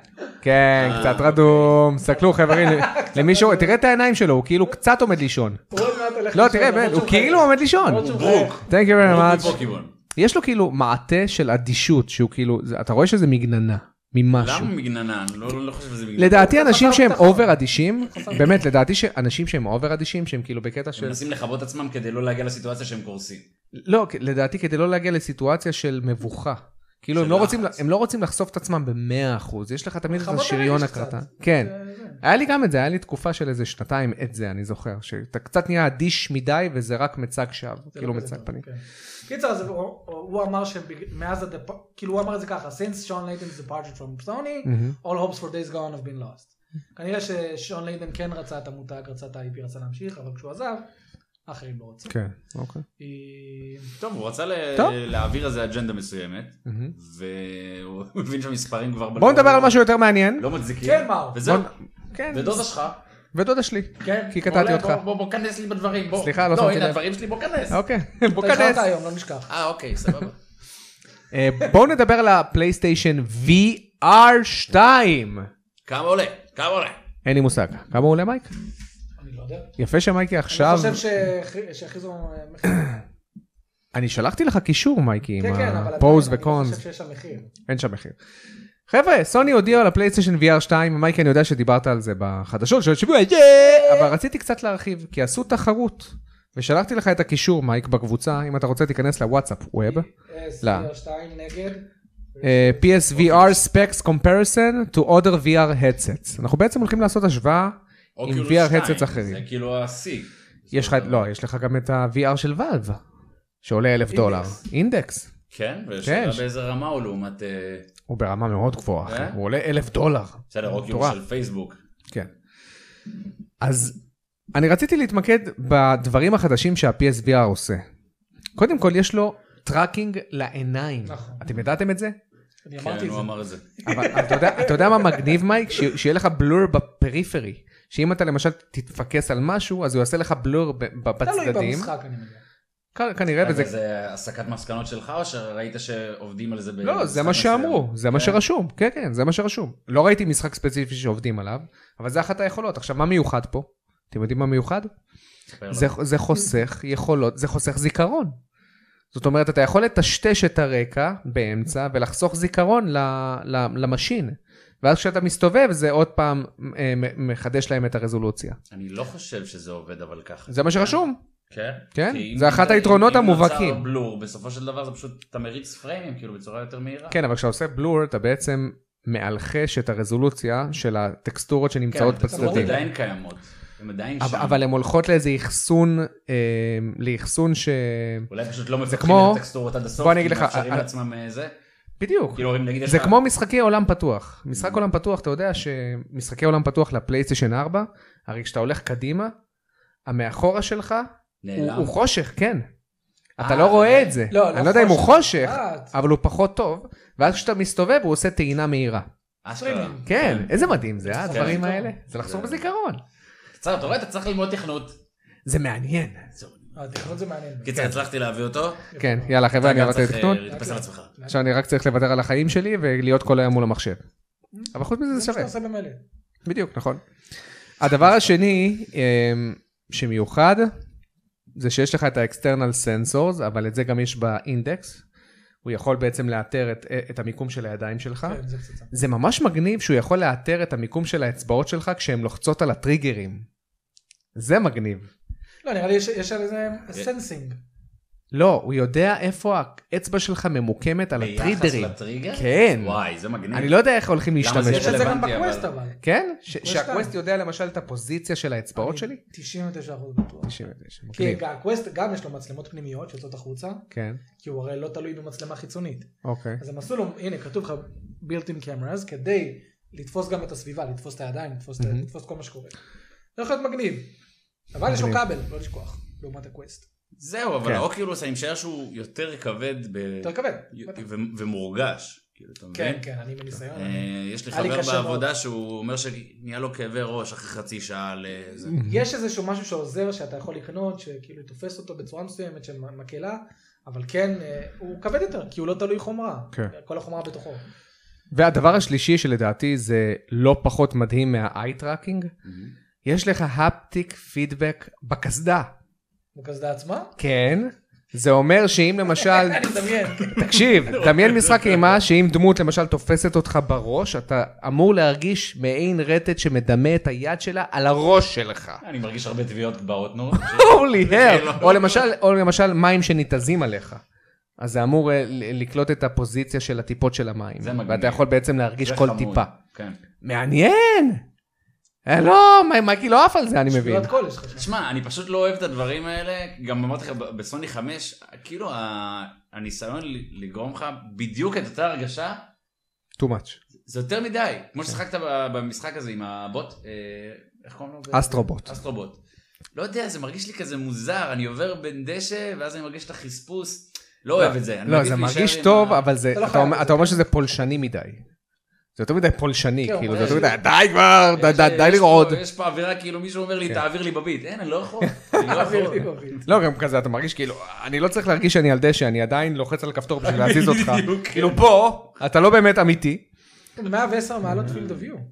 כן, קצת רדום. סתכלו חברים, למישהו, תראה את העיניים שלו, הוא כאילו קצת עומד לישון. לא, תראה, הוא כאילו עומד לישון. Thank you very much. יש לו כאילו מעטה של אדישות, שהוא כאילו, אתה רואה שזה מגננה, ממשהו. למה מגננה? אני לא חושב שזה מגננה. לדעתי אנשים שהם אובר אדישים, באמת, לדעתי אנשים שהם אובר אדישים, שהם כאילו בקטע של... הם מנסים לחבות עצמם כדי לא להגיע לסיטואציה שהם קורסים. לא, לדעתי כדי לא להגיע לסיטואציה של מבוכה. כאילו הם לא רוצים, הם לא רוצים לחשוף את עצמם ב-מאה אחוז, יש לך תמיד איזה שריון הקרתה. כן, היה לי גם את זה, היה לי תקופה של איזה שנתיים את זה, אני זוכר, שאתה קצת נהיה אדיש מדי וזה רק מצג שווא, כאילו מצג פנים. קיצר, הוא אמר שמאז, כאילו הוא אמר את זה ככה, since Sean Layden's departure from Sony, all hopes for days gone have been lost. כנראה ששון ליידן כן רצה את המותג, רצה את ה-איי פי, רצה להמשיך, אבל כשהוא עזב, אחרים לא רוצים. כן, אוקיי. טוב, הוא רצה להעביר איזה אג'נדה מסוימת, והוא מבין שהמספרים כבר... בואו נדבר על משהו יותר מעניין. לא מצדיקים. כן, מאור. וזהו. ודודה שלך. ודודה שלי. כן. כי קטעתי אותך. בוא כנס לי בדברים, בוא. סליחה, לא שמתי לב. לא, הנה הדברים שלי, בוא כנס. אוקיי, בוא כנס. אתה איחרת היום, לא נשכח. אה, אוקיי, סבבה. בואו נדבר על הפלייסטיישן וי אר שתיים. כמה עולה? כמה עולה? אין לי מושג. כמה עולה מייק? אני לא יודע. יפה שמייקי עכשיו... אני חושב שהכריזו מחיר. אני שלחתי לך קישור מייקי עם הפוז וקונס. אני חושב שיש שם מחיר. אין שם מחיר. חבר'ה, סוני הודיעו על הפלייסטיישן וי אר שתיים, מייקי אני יודע שדיברת על זה בחדשות של שבוע, אבל רציתי קצת להרחיב, כי עשו תחרות ושלחתי לך את הקישור, מייק, בקבוצה, אם אתה רוצה תיכנס לוואטסאפ ווב. פי אס וי אר Specs Comparison to Other וי אר Headsets. אנחנו בעצם הולכים לעשות השוואה עם וי אר Headsets אחרים. זה כאילו ה-C. יש לך, לא, יש לך גם את ה-וי אר של ואלב, שעולה אלף דולר. אינדקס. כן, ושאלה באיזה רמה הוא לעומת... הוא ברמה מאוד גבוהה, הוא עולה אלף דולר. בסדר, אוקיולוס של פייסבוק. כן. אז אני רציתי להתמקד בדברים החדשים שה-פי אס וי אר עושה. קודם כל, יש לו טראקינג לעיניים. אתם ידעתם את זה? אני אמרתי את זה. כן, הוא אמר את זה. אבל אתה יודע מה מגניב, מייק? שיהיה לך בלור בפריפרי. שאם אתה למשל תתפקס על משהו, אז הוא יעשה לך בלור בצדדים. תלוי במשחק, אני מגיע. כנראה וזה... זה הסקת מסקנות שלך, או שראית שעובדים על זה? לא, זה מה שאמרו, זה מה שרשום. כן, כן, זה מה שרשום. לא ראיתי משחק ספציפי שעובדים עליו, אבל זה אחת היכולות. עכשיו, מה מיוחד פה? אתם יודעים מה מיוחד? זה חוסך יכולות, זה חוסך זיכרון. זאת אומרת, אתה יכול לטשטש את הרקע באמצע, ולחסוך זיכרון למשין. ואז כשאתה מסתובב, זה עוד פעם מחדש להם את הרזולוציה. אני לא חושב שזה עובד אבל ככה. זה מה שרשום. כן? כן, זה אחת היתרונות המובהקים. אם נוצר בלור, בסופו של דבר זה פשוט, אתה מריץ פריימים, כאילו בצורה יותר מהירה. כן, אבל כשאתה עושה בלור, אתה בעצם מאלחש את הרזולוציה של הטקסטורות שנמצאות בצדדים. הן עדיין קיימות. הן עדיין שם. אבל הן הולכות לאיזה יחסון, ליחסון ש... אולי פשוט לא מפתחים את הטקסטורות עד הסוף, כי מאפשרים לעצמם זה. בדיוק. זה כמו משחקי עולם פתוח. משחק עולם פתוח, אתה יודע שמשחקי עולם פתוח לפלייסטיישן ארבע, הרי כשאתה הולך קדימה, המאחורה שלך הוא חושך, כן. אתה לא רואה את זה. אני לא יודע אם הוא חושך, אבל הוא פחות טוב, ואז כשאתה מסתובב הוא עושה טעינה מהירה. כן, איזה מדהים זה, הדברים האלה. זה לחסוך בזיכרון. אתה רואה, אתה צריך ללמוד תכנות. זה מעניין. התכנות זה מעניין. קיצר, הצלחתי להביא אותו. כן, יאללה חבר'ה, אני עברתי לתכנות. להתאפס על עצמך. עכשיו אני רק צריך לוותר על החיים שלי ולהיות כל היום מול המחשב. אבל חוץ מזה זה שווה. בדיוק, נכון. הדבר השני שמיוחד, זה שיש לך את ה-external sensors, אבל את זה גם יש באינדקס. הוא יכול בעצם לאתר את, את המיקום של הידיים שלך. כן, זה פצצה. זה ממש מגניב שהוא יכול לאתר את המיקום של האצבעות שלך כשהן לוחצות על הטריגרים. זה מגניב. לא, נראה לי יש, יש על איזה סנסינג. לא, הוא יודע איפה האצבע שלך ממוקמת על הטריגרים. ביחס לטריגר? כן. וואי, זה מגניב. אני לא יודע איך הולכים להשתמש. יש את זה גם בקווסט אבל. כן? שהקווסט יודע למשל את הפוזיציה של האצבעות שלי? תשעים ותשע אחוז בטוח. תשעים ותשע, מגניב. כי הקווסט גם יש לו מצלמות פנימיות שיוצאות החוצה. כן. כי הוא הרי לא תלוי במצלמה חיצונית. אוקיי. אז הם עשו לו, הנה, כתוב לך built-in cameras, כדי לתפוס גם את הסביבה, לתפוס את הידיים, לתפוס כל מה שקורה. זה יכול להיות מגניב. אבל יש לו כבל, לא לשכוח, לעומת הקווסט. זהו, אבל האוקיולוס, אני משער שהוא יותר כבד יותר כבד. ומורגש. כן, כן, אני מניסיון. יש לי חבר בעבודה שהוא אומר שנהיה לו כאבי ראש אחרי חצי שעה לזה. יש איזשהו משהו שעוזר שאתה יכול לקנות, שכאילו תופס אותו בצורה מסוימת של מקהלה, אבל כן, הוא כבד יותר, כי הוא לא תלוי חומרה. כל החומרה בתוכו. והדבר השלישי שלדעתי זה לא פחות מדהים מה-eye tracking, יש לך הפטיק פידבק בקסדה. בקסדה עצמה? כן. זה אומר שאם למשל... אני מדמיין. תקשיב, דמיין משחק אימה שאם דמות למשל תופסת אותך בראש, אתה אמור להרגיש מעין רטט שמדמה את היד שלה על הראש שלך. אני מרגיש הרבה טביעות באות נו. הולי הר. או למשל מים שניתזים עליך. אז זה אמור לקלוט את הפוזיציה של הטיפות של המים. ואתה יכול בעצם להרגיש כל טיפה. מעניין! לא, מייקי לא אף על זה, אני מבין. תשמע, אני פשוט לא אוהב את הדברים האלה, גם אמרתי לך בסוני חמש, כאילו הניסיון לגרום לך בדיוק את אותה הרגשה, too much. זה יותר מדי, כמו ששחקת במשחק הזה עם הבוט, איך קוראים לו? אסטרובוט. אסטרובוט. לא יודע, זה מרגיש לי כזה מוזר, אני עובר בין דשא, ואז אני מרגיש את החספוס, לא אוהב את זה. לא, זה מרגיש טוב, אבל אתה אומר שזה פולשני מדי. זה יותר מדי פולשני, כאילו, זה יותר מדי, די כבר, די לרעוד. יש פה אווירה, כאילו מישהו אומר לי, תעביר לי בביט. אין, אני לא יכול. אני לא יכול. לא, גם כזה, אתה מרגיש כאילו, אני לא צריך להרגיש שאני על דשא, אני עדיין לוחץ על הכפתור בשביל להזיז אותך. כאילו פה, אתה לא באמת אמיתי. מאה ועשר מעלות פילד אוף יו.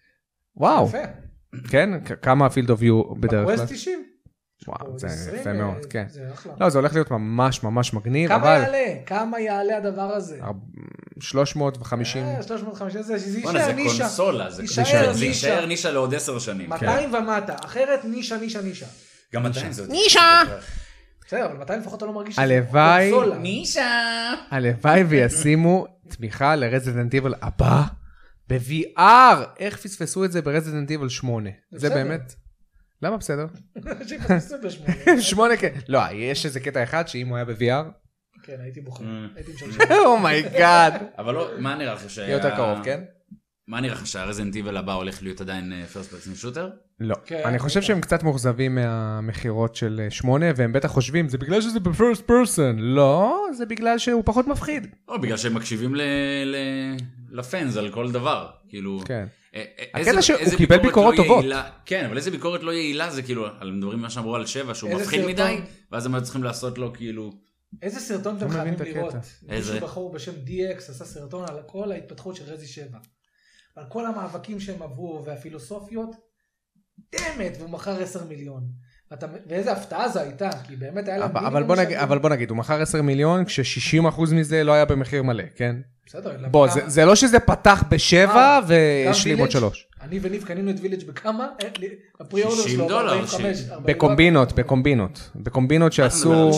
וואו. כן, כמה פילד אוף יו בדרך כלל? בקווסט תשעים. וואו, זה יפה מאוד, כן. לא, זה הולך להיות ממש ממש מגניב, כמה יעלה? כמה יעלה הדבר הזה? שלוש מאות וחמישים. שלוש מאות וחמישים, זה יישאר זה נישה. קונסולה, זה יישאר נישה לעוד עשר שנים. מאתיים ומטה, אחרת נישה, נישה, נישה. גם עדיין זה... נישה! בסדר, אבל מתי לפחות אתה לא מרגיש... הלוואי... נישה! הלוואי וישימו תמיכה לרזידנט איבל הבא ב-וי אר. איך פספסו את זה ברזידנט איבל שמונה? זה באמת... למה בסדר? שפספסו בשמונה. שמונה כן. לא, יש איזה קטע אחד שאם הוא היה ב-וי אר... כן, הייתי בוחר. הייתי משלשל. אומייגאד. אבל לא, מה נראה לך שהיה... יותר קרוב, כן? מה נראה לך שהרזידנט איבל הבא הולך להיות עדיין פרסט פרסן שוטר? לא. אני חושב שהם קצת מאוכזבים מהמחירות של שמונה, והם בטח חושבים, זה בגלל שזה בפרסט פרסן. לא, זה בגלל שהוא פחות מפחיד. או בגלל שהם מקשיבים לפנס על כל דבר. כאילו... כן. הקטע שהוא קיבל ביקורות טובות. כן, אבל איזה ביקורת לא יעילה זה כאילו, מדברים מה שאמרו על שבע, שהוא מפחיד מדי, ואז הם צריכים לעשות לו כאילו... איזה סרטון אתם חייבים לראות? איזה בחור בשם די אקס עשה סרטון על כל ההתפתחות של רזי שבע. על כל המאבקים שהם עברו והפילוסופיות, דמת, והוא מכר עשרה מיליון. ואיזה הפתעה זו הייתה, כי באמת היה להם... אבל בוא נגיד, הוא מכר עשרה מיליון, כש-שישים אחוז מזה לא היה במחיר מלא, כן? בסדר. בוא, זה לא שזה פתח בשבע והשלים עוד שלוש. אני וניב קנינו את וילג' בכמה? שישים דולר. בקומבינות, בקומבינות. בקומבינות שעשו...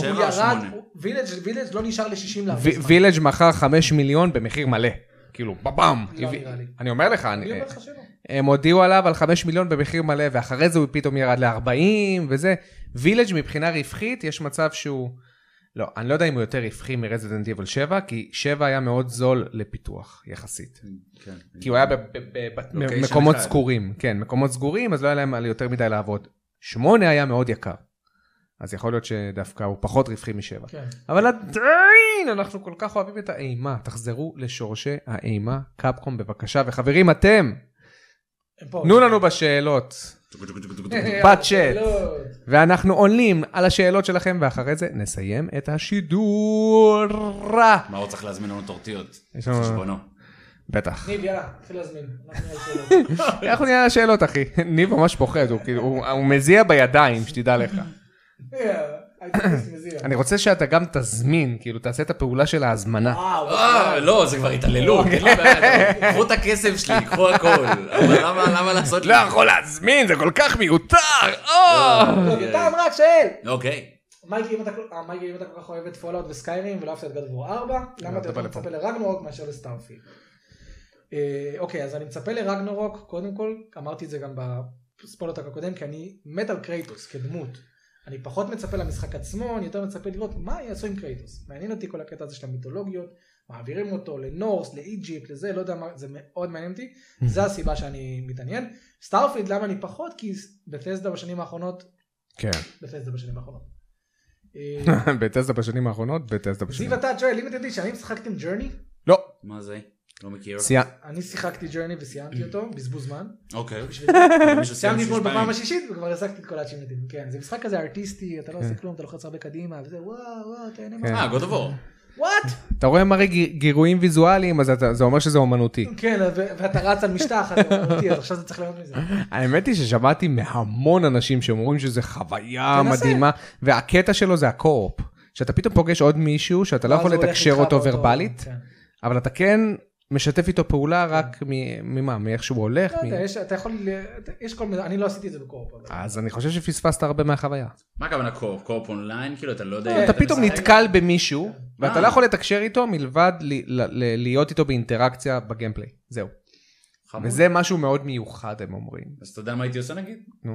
וילג' לא נשאר ל-שישים לה. וילג' מכר חמישה מיליון במחיר מלא. כאילו, בבאם. לא נראה לי. אני אומר לך, אני אומר לך שלא. הם הודיעו עליו על חמישה מיליון במחיר מלא, ואחרי זה הוא פתאום ירד ל-ארבעים, וזה. וילג' מבחינה רווחית, יש מצב שהוא... לא, אני לא יודע אם הוא יותר רווחי מרזידנט איבל שבע, כי שבע היה מאוד זול לפיתוח, יחסית. כן. כי הוא היה במקומות סגורים. כן, מקומות סגורים, אז לא היה להם על יותר מדי לעבוד. שמונה היה מאוד יקר. אז יכול להיות שדווקא הוא פחות רווחי משבע. כן. אבל עדיין, אנחנו כל כך אוהבים את האימה. תחזרו לשורשי האימה, קאפקום בבקשה. וחברים, אתם, תנו לנו בשאלות. בצ'אט. ואנחנו עולים על השאלות שלכם, ואחרי זה נסיים את השידור. מה הוא צריך להזמין לנו טורטיות? יש לנו... חשבונו. בטח. ניב, יאללה, תתחיל להזמין. אנחנו נראה שאלות. אנחנו נראה לשאלות, אחי. ניב ממש פוחד, הוא מזיע בידיים, שתדע לך. אני רוצה שאתה גם תזמין, כאילו תעשה את הפעולה של ההזמנה. לא, זה כבר התעללות. קחו את הכסף שלי, קחו הכל. אבל למה לעשות... לא יכול להזמין, זה כל כך מיותר. טעם רק שאל. אוקיי. מייקי, אם אתה כל כך אוהב את פולאאוט וסקיירים ולא אהבת את God of War ארבע, למה אתה יותר מצפה לרגנורוק מאשר לסטארפילד? אוקיי, אז אני מצפה לרגנורוק, קודם כל, אמרתי את זה גם בספוילר הקודם, כי אני מת על קרייטוס כדמות. אני פחות מצפה למשחק עצמו, אני יותר מצפה לראות מה יעשו עם קרייטוס. מעניין אותי כל הקטע הזה של המיתולוגיות, מעבירים אותו לנורס, לאיג'יפט, לזה, לא יודע מה, זה מאוד מעניין אותי. זו הסיבה שאני מתעניין. סטארפילד, למה אני פחות? כי בתסדה בשנים האחרונות, כן. בתסדה בשנים האחרונות. בתסדה בשנים האחרונות, בתסדה בשנים. זיו, אתה שואל, אם אתה יודעים שאני משחקתי עם ג'רני? לא. מה זה? לא מכיר. אני שיחקתי ג'רני וסיימתי אותו, בזבוז זמן. אוקיי. סיימתי אתמול בפעם השישית וכבר השגתי את כל האצ'ימנטים. כן, זה משחק כזה ארטיסטי, אתה לא עושה כלום, אתה לוחץ הרבה קדימה, וזה וואו, וואו, תהנה מה. אה, God of War. וואט? אתה רואה מראה גירויים ויזואליים, אז זה אומר שזה אומנותי. כן, ואתה רץ על משטח, אתה אומנותי, אז עכשיו זה צריך להיות מזה. האמת היא ששמעתי מהמון אנשים שאומרים שזה חוויה מדהימה, והקטע שלו זה הקורפ. שאתה פתאום פוגש עוד מישהו, שאתה לא יכול לתקשר אותו ורבלית, אבל אתה כן משתף איתו פעולה רק ממה, מאיך שהוא הולך. לא יודע, אתה יכול, יש כל מיני, אני לא עשיתי את זה בקורפ. אז אני חושב שפספסת הרבה מהחוויה. מה הכוונה קורפ? קורפ אונליין? כאילו אתה לא יודע... אתה פתאום נתקל במישהו, ואתה לא יכול לתקשר איתו מלבד להיות איתו באינטראקציה בגיימפליי. זהו. וזה משהו מאוד מיוחד, הם אומרים. אז אתה יודע מה הייתי עושה נגיד? נו.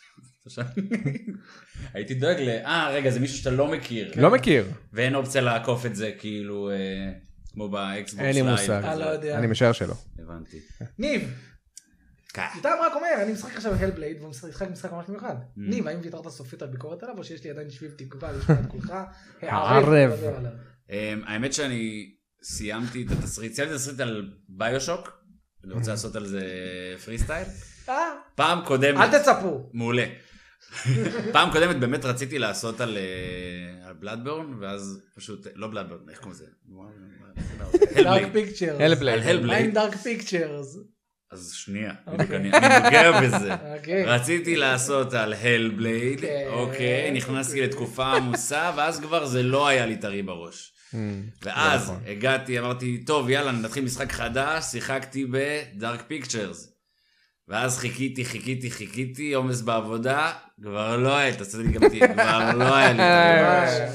הייתי דואג ל... אה, רגע, זה מישהו שאתה לא מכיר. לא מכיר. ואין אופציה לעקוף את זה כאילו... כמו באקסבוקס לייב. אין לי מושג. אני משער שלא. הבנתי. ניב. אתה רק אומר, אני משחק עכשיו הלבלייד, והוא משחק משחק ממש מיוחד. ניב, האם ויתרת סופית על ביקורת עליו, או שיש לי עדיין שביב תקווה לשמוע את כולך? הערב. האמת שאני סיימתי את התסריט, סיימתי את התסריט על ביושוק, אני רוצה לעשות על זה פרי סטייל. פעם קודמת. אל תצפו. מעולה. פעם קודמת באמת רציתי לעשות על בלאדבורן, ואז פשוט, לא בלאדבורן, איך קוראים לזה? דארק פיקצ'רס. הלבלייד. מה עם דארק פיקצ'רס? אז שנייה, אני נוגע בזה. רציתי לעשות על הלבלייד, אוקיי, נכנסתי לתקופה עמוסה, ואז כבר זה לא היה לי טרי בראש. ואז הגעתי, אמרתי, טוב, יאללה, נתחיל משחק חדש, שיחקתי בדארק פיקצ'רס. ואז חיכיתי, חיכיתי, חיכיתי, עומס בעבודה, כבר לא היה, תעשה לי גם תהיה, כבר לא היה לי.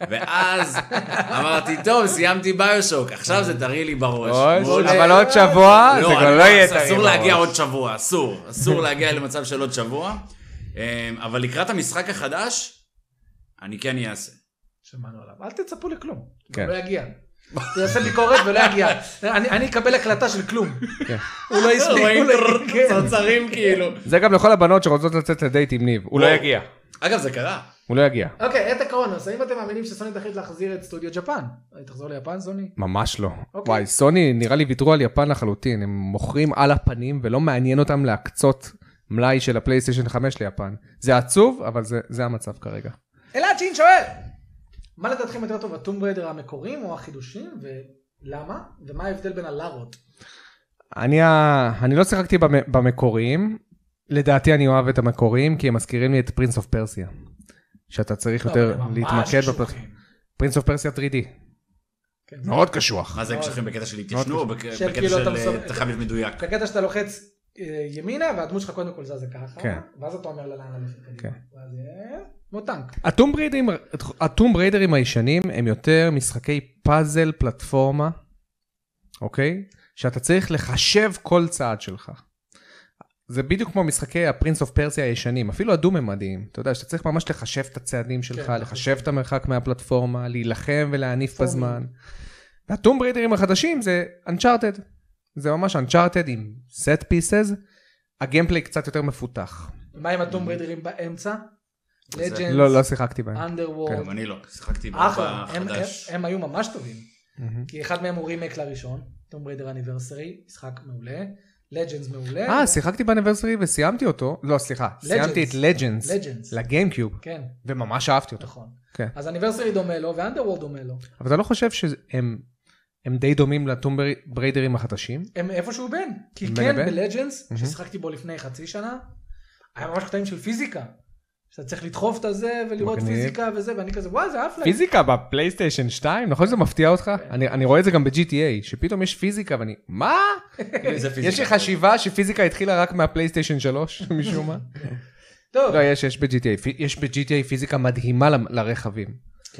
ואז אמרתי, טוב, סיימתי ביושוק, עכשיו זה תראי לי בראש. אבל עוד שבוע, זה כבר לא יהיה תראי בראש. אסור להגיע עוד שבוע, אסור. אסור להגיע למצב של עוד שבוע. אבל לקראת המשחק החדש, אני כן אעשה. שמענו עליו. אל תצפו לכלום. הוא לא יגיע. הוא יעשה ביקורת ולא יגיע. אני אקבל הקלטה של כלום. הוא לא יספיק. צרצרים כאילו. זה גם לכל הבנות שרוצות לצאת לדייט עם ניב. הוא לא יגיע. אגב, זה קרה. הוא לא יגיע. אוקיי, את הקרונוס. האם אתם מאמינים שסוני תחליט להחזיר את סטודיו ג'פן? תחזור ליפן, סוני? ממש לא. וואי, סוני נראה לי ויתרו על יפן לחלוטין. הם מוכרים על הפנים ולא מעניין אותם להקצות מלאי של הפלייסטיישן חמש ליפן. זה עצוב, אבל זה המצב כרגע. אלעד שין שואל, מה לדעתכם יותר טוב, הטום בריידר המקוריים או החידושים, ולמה? ומה ההבדל בין הלארות? אני, אני לא שיחקתי במקוריים, לדעתי אני אוהב את המקוריים, כי הם מזכירים לי את פרינס אוף פרסיה, שאתה צריך יותר להתמקד בפרסיה. פרינס אוף פרסיה תרי די. מאוד קשוח. מה זה, הם קשוחים בקטע של התיישנו, או בקטע של תחמת מדויק? בקטע שאתה לוחץ ימינה, והדמות שלך קודם כל זזה ככה, ואז אתה אומר לה לאן ללכת קדימה. ואז כמו טנק. הטום בריידרים הישנים הם יותר משחקי פאזל פלטפורמה, אוקיי? שאתה צריך לחשב כל צעד שלך. זה בדיוק כמו משחקי הפרינס אוף פרסיה הישנים, אפילו הדו-ממדיים. אתה יודע, שאתה צריך ממש לחשב את הצעדים שלך, לחשב את המרחק מהפלטפורמה, להילחם ולהניף בזמן. והטום בריידרים החדשים זה Uncharted. זה ממש Uncharted עם set pieces, הגיימפליי קצת יותר מפותח. מה עם הטום בריידרים באמצע? לג'נדס, לא, לא שיחקתי בהם. אנדרוורלד. גם אני לא, שיחקתי בחדש. הם היו ממש טובים. כי אחד מהם הוא רימייק לראשון, טום בריידר אניברסרי, משחק מעולה. לג'נדס מעולה. אה, שיחקתי באניברסרי וסיימתי אותו. לא, סליחה, סיימתי את לג'נדס לגיימקיוב. כן. וממש אהבתי אותו. נכון. אז אניברסרי דומה לו, ואנדרוורלד דומה לו. אבל אתה לא חושב שהם די דומים לטום בריידרים החדשים? הם איפשהו בין. כי כן, בלג'נדס, ששיחקתי בו לפני חצי שנה, היה ממש קטעים של פיזיקה. שאתה צריך לדחוף את הזה ולראות פיזיקה וזה, ואני כזה, וואי, זה אפלה. פיזיקה בפלייסטיישן שתיים? נכון שזה מפתיע אותך? אני רואה את זה גם ב-ג'י טי איי, שפתאום יש פיזיקה, ואני, מה? יש לי חשיבה שפיזיקה התחילה רק מהפלייסטיישן שלוש, משום מה? טוב. לא, יש, יש ב-ג'י טי איי. יש ב-ג'י טי איי פיזיקה מדהימה לרכבים.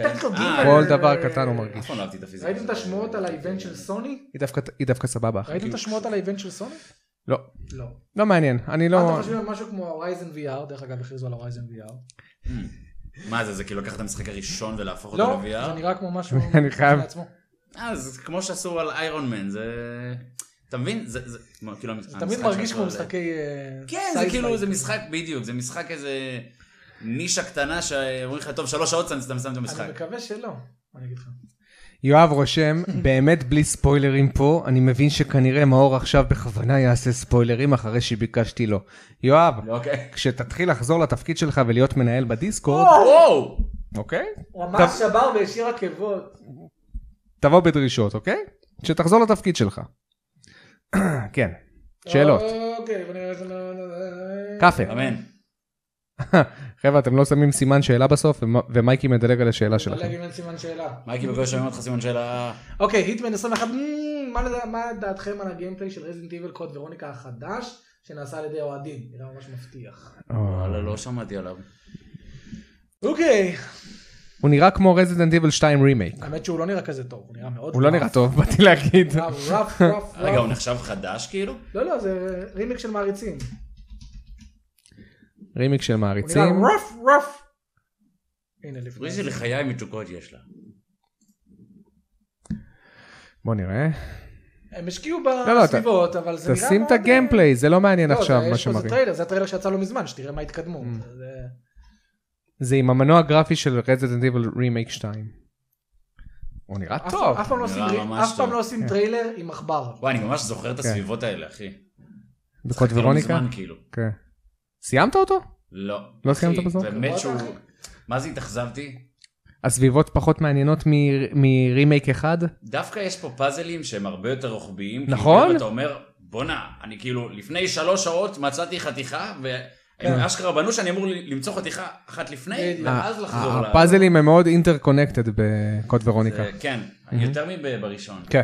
כל דבר קטן הוא מרגיש. ראיתם את השמועות על האיבנט של סוני? היא דווקא סבבה. ראיתם את השמועות על האיבנט של סוני? לא. לא. לא מעניין. אני לא... מה אתה חושבים על משהו כמו הורייזן וי אר? דרך אגב, הכריזו על הורייזן וי אר. מה זה? זה כאילו לקחת את המשחק הראשון ולהפוך אותו ל-וי אר? לא, זה נראה כמו משהו... אני חייב... אה, זה כמו שעשו על איירון מן, זה... אתה מבין? זה תמיד מרגיש כמו משחקי... כן, זה כאילו, זה משחק בדיוק, זה משחק איזה נישה קטנה שאומרים לך, טוב, שלוש שעות אתה מסתם את המשחק. אני מקווה שלא, אני אגיד לך. יואב רושם, באמת בלי ספוילרים פה, אני מבין שכנראה מאור עכשיו בכוונה יעשה ספוילרים אחרי שביקשתי לו. יואב, כשתתחיל לחזור לתפקיד שלך ולהיות מנהל בדיסקורד, אוקיי? הוא ממש שבר והשאיר עקבות. תבוא בדרישות, אוקיי? כשתחזור לתפקיד שלך. כן, שאלות. קפה. אמן. חבר'ה, אתם לא שמים סימן שאלה בסוף, ומייקי מדלג על השאלה שלכם. מדלג אם אין סימן שאלה. מייקי בכל שומעים אותך סימן שאלה. אוקיי, היטמן עשרים ואחת, מה דעתכם על הגיימפליי של רזידנט איבל קוד ורוניקה החדש, שנעשה על ידי אוהדים? נראה ממש מבטיח. וואלה, לא שמעתי עליו. אוקיי. הוא נראה כמו רזידנט איבל שתיים רימייק. האמת שהוא לא נראה כזה טוב, הוא נראה מאוד... הוא לא נראה טוב, באתי להגיד. רף, רף, רף. רגע, הוא נחשב חדש כאילו? לא, לא, זה רימייק של מעריצים. רימיק של מעריצים. הוא נראה רף, רף. הנה לפני. איזה לחיי מתוקות יש לה. בוא נראה. הם השקיעו בסביבות, אבל זה נראה... תשים את הגיימפליי, זה לא מעניין עכשיו מה שמראים. זה טריילר, זה הטריילר שיצא לא מזמן, שתראה מה התקדמו. זה עם המנוע הגרפי של Resident Evil Remake שתיים. הוא נראה טוב. אף פעם לא עושים טריילר עם מחבר. וואי, אני ממש זוכר את הסביבות האלה, אחי. בקוד ורוניקה? כן. סיימת אותו? לא. לא סיימת בסוף? באמת שהוא... מה זה התאכזבתי? הסביבות פחות מעניינות מרימייק אחד? דווקא יש פה פאזלים שהם הרבה יותר רוחביים. נכון? אתה אומר, בונה, אני כאילו לפני שלוש שעות מצאתי חתיכה, ואשכרה בנו שאני אמור למצוא חתיכה אחת לפני, ואז לחזור לה. הפאזלים הם מאוד אינטרקונקטד בקוד ורוניקה. כן, יותר מבראשון. כן.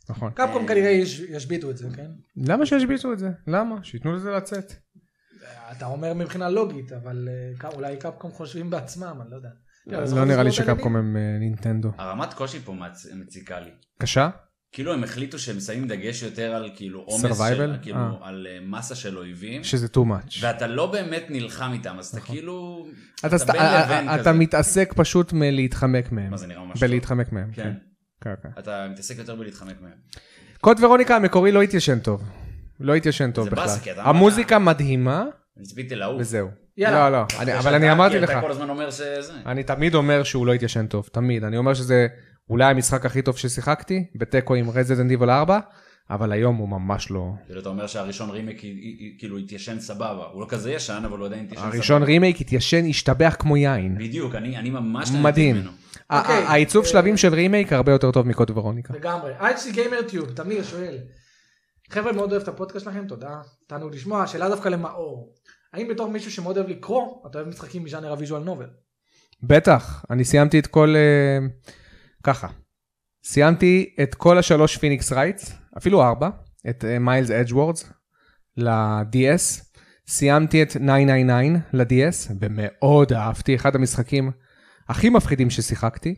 נכון. קפקום כנראה ישביטו את זה, כן? למה שישביטו את זה? למה? שיתנו לזה לצאת. אתה אומר מבחינה לוגית, אבל אולי קפקום חושבים בעצמם, אני לא יודע. לא נראה לי שקפקום הם נינטנדו. הרמת קושי פה מציקה לי. קשה? כאילו הם החליטו שהם שמים דגש יותר על כאילו עומס של, כאילו על מסה של אויבים. שזה too much. ואתה לא באמת נלחם איתם, אז אתה כאילו... אתה מתעסק פשוט מלהתחמק מהם. מה זה נראה ממש טוב. בלהתחמק מהם. כן. אתה מתעסק יותר בלהתחמק מהם. קוד ורוניקה המקורי לא התיישן טוב. לא התיישן טוב בכלל. המוזיקה מדהימה. אני צפיתי לעוף. וזהו. לא, לא. אבל אני אמרתי לך. אתה כל הזמן אומר שזה... אני תמיד אומר שהוא לא התיישן טוב. תמיד. אני אומר שזה אולי המשחק הכי טוב ששיחקתי, בטקו עם Resident Evil ארבע, אבל היום הוא ממש לא... כאילו אתה אומר שהראשון רימייק כאילו התיישן סבבה. הוא לא כזה ישן, אבל הוא עדיין התיישן סבבה. הראשון רימייק התיישן, השתבח כמו יין. בדיוק, אני ממש... מדהים. העיצוב שלבים של רימייק הרבה יותר טוב מקוד ורוניקה. לגמרי. אייץ' סי גיימר טיוב, תמיר שואל. חבר'ה, מאוד אוהב את הפודקאסט שלכם, תודה. תענו לשמוע, שאלה דווקא למאור. האם בתור מישהו שמאוד אוהב לקרוא, אתה אוהב משחקים מז'אנר הוויז'ואל נובל? בטח, אני סיימתי את כל... ככה. סיימתי את כל השלוש פיניקס רייטס, אפילו ארבע, את מיילס אדג'וורדס ל-די אס. סיימתי את תשע תשע תשע ל-די אס, ומאוד אהבתי, אחד המשחקים הכי מפחידים ששיחקתי.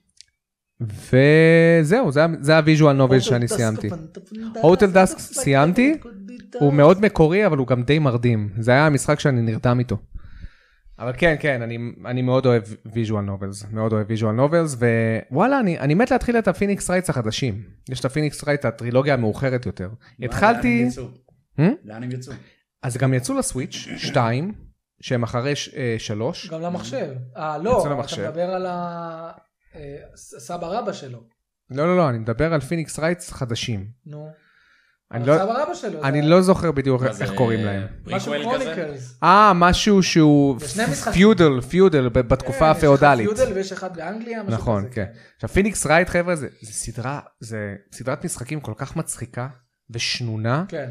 וזהו, זה, זה הוויז'ואל נובל שאני סיימתי. הוטל דאסק סיימתי, הוא מאוד מקורי, אבל הוא גם די מרדים. זה היה המשחק שאני נרדם איתו. אבל כן, כן, אני, אני מאוד אוהב ויז'ואל נובלס, מאוד אוהב ויז'ואל נובלס, ווואלה, אני, אני מת להתחיל את הפיניקס רייטס החדשים. יש את הפיניקס רייטס, הטרילוגיה המאוחרת יותר. התחלתי... לאן הם יצאו? אז גם יצאו לסוויץ', שתיים, שהם אחרי שלוש. גם למחשב. אה, לא, אתה מדבר על הסבא רבא שלו. לא, לא, לא, אני מדבר על פיניקס רייטס חדשים. נו. אני לא, אני לא זוכר בדיוק איך קוראים להם. משהו קרוניקלס. אה, משהו שהוא פיודל, פיודל, בתקופה הפאודלית. יש פיודל ויש אחד באנגליה. נכון, כן. עכשיו, פיניקס רייט, חבר'ה, זה סדרה, זה סדרת משחקים כל כך מצחיקה ושנונה. כן.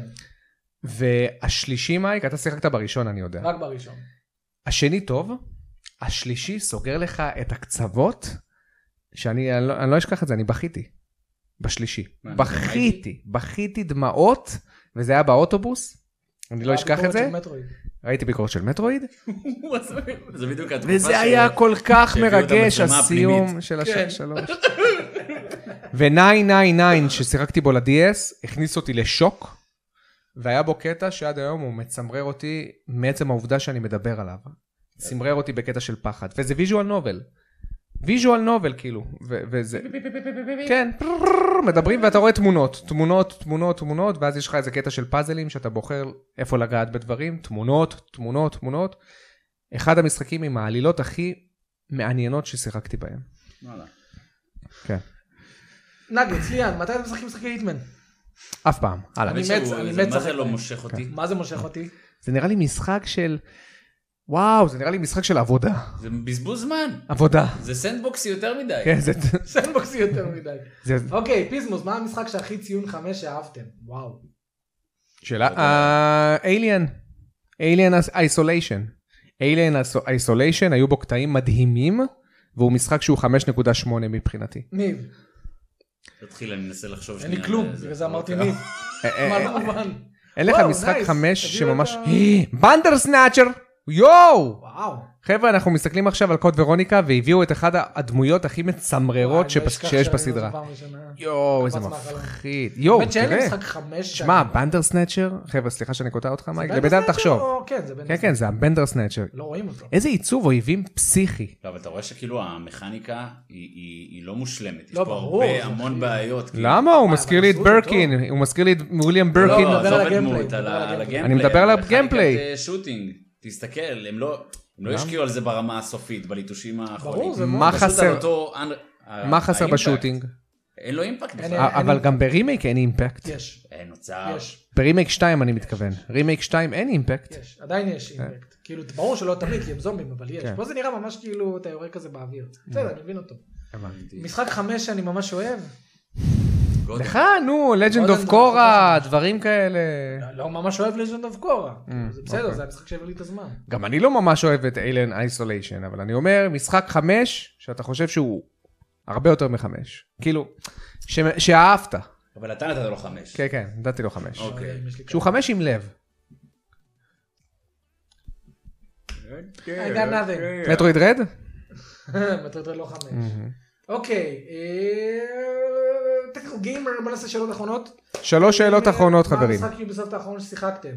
והשלישי, מייק, אתה שיחקת בראשון, אני יודע. רק בראשון. השני טוב, השלישי סוגר לך את הקצוות, שאני אני לא, אני לא אשכח את זה, אני בכיתי. בשלישי. בכיתי, בכיתי דמעות, וזה היה באוטובוס, אני לא אשכח את זה. ראיתי ביקורת של מטרואיד. זה בדיוק התקופה וזה היה כל כך מרגש, הסיום של השלוש. ו-תשע תשע תשע ששיחקתי בו ל-די אס, הכניס אותי לשוק, והיה בו קטע שעד היום הוא מצמרר אותי, מעצם העובדה שאני מדבר עליו. צמרר אותי בקטע של פחד, וזה ויז'ואל נובל. ויז'ואל נובל כאילו, וזה, כן, מדברים ואתה רואה תמונות, תמונות, תמונות, תמונות, ואז יש לך איזה קטע של פאזלים שאתה בוחר איפה לגעת בדברים, תמונות, תמונות, תמונות. אחד המשחקים עם העלילות הכי מעניינות ששיחקתי בהם. כן. נגץ, ליאן, מתי אתה משחקים משחקי היטמן? אף פעם, הלאה. אני מת, אני מת. מה זה לא מושך אותי? מה זה מושך אותי? זה נראה לי משחק של... וואו, זה נראה לי משחק של עבודה. זה בזבוז זמן. עבודה. זה סנדבוקסי יותר מדי. כן, זה... סנדבוקסי יותר מדי. אוקיי, פיזמוס, מה המשחק שהכי ציון חמש שאהבתם? וואו. שאלה, Alien. Alien Isolation. Alien Isolation, היו בו קטעים מדהימים, והוא משחק שהוא חמש נקודה שמונה מבחינתי. ניב. תתחיל, אני אנסה לחשוב שנייה. אין לי כלום, בגלל זה אמרתי ניב. מה מובן? אין לך משחק חמש שממש... בנדר סנאצ'ר! יואו! וואו. חבר'ה, אנחנו מסתכלים עכשיו על קוד ורוניקה, והביאו את אחד הדמויות הכי מצמררות שיש בסדרה. יואו, איזה מפחיד. יואו, תראה. שמע, בנדר סנאצ'ר, חבר'ה, סליחה שאני קוטע אותך, מייק, לבדל תחשוב. כן, כן, זה הבנדר סנאצ'ר. לא רואים אותו. איזה עיצוב אויבים פסיכי. לא, אבל אתה רואה שכאילו המכניקה היא לא מושלמת. יש פה הרבה, המון בעיות. למה? הוא מזכיר לי את ברקין. הוא מזכיר לי את וויליאם ברקין. לא, עזוב את דמות, על הגיימפליי. אני מדבר על הגיימפליי. תסתכל, הם לא, הם לא השקיעו על זה ברמה הסופית, בליטושים האחרונים. ברור, זה מה חסר, מה חסר בשוטינג? אין לו אימפקט. אבל גם ברימייק אין אימפקט. יש. אין נוצר. ברימייק שתיים אני מתכוון. רימייק שתיים אין אימפקט. יש, עדיין יש אימפקט. כאילו, ברור שלא תמיד, כי הם זומבים, אבל יש. פה זה נראה ממש כאילו, אתה יורק כזה באוויר. בסדר, אני מבין אותו. משחק חמש שאני ממש אוהב. לך, נו, Legend of Korra, דברים כאלה. לא ממש אוהב Legend of Korra. זה בסדר, זה המשחק שהביא לי את הזמן. גם אני לא ממש אוהב את Alien Isolation, אבל אני אומר, משחק חמש, שאתה חושב שהוא הרבה יותר מחמש. כאילו, שאהבת, אבל אתה נתת לו חמש. כן, כן, נתתי לו חמש. אוקיי. שהוא חמש עם לב. I got nothing. מטרויד רד? מטרויד רד לא חמש. אוקיי. טכניקל גיימר, בוא נעשה שאלות אחרונות. שלוש שאלות אחרונות, חברים. מה המשחק יוביסופט האחרון ששיחקתם?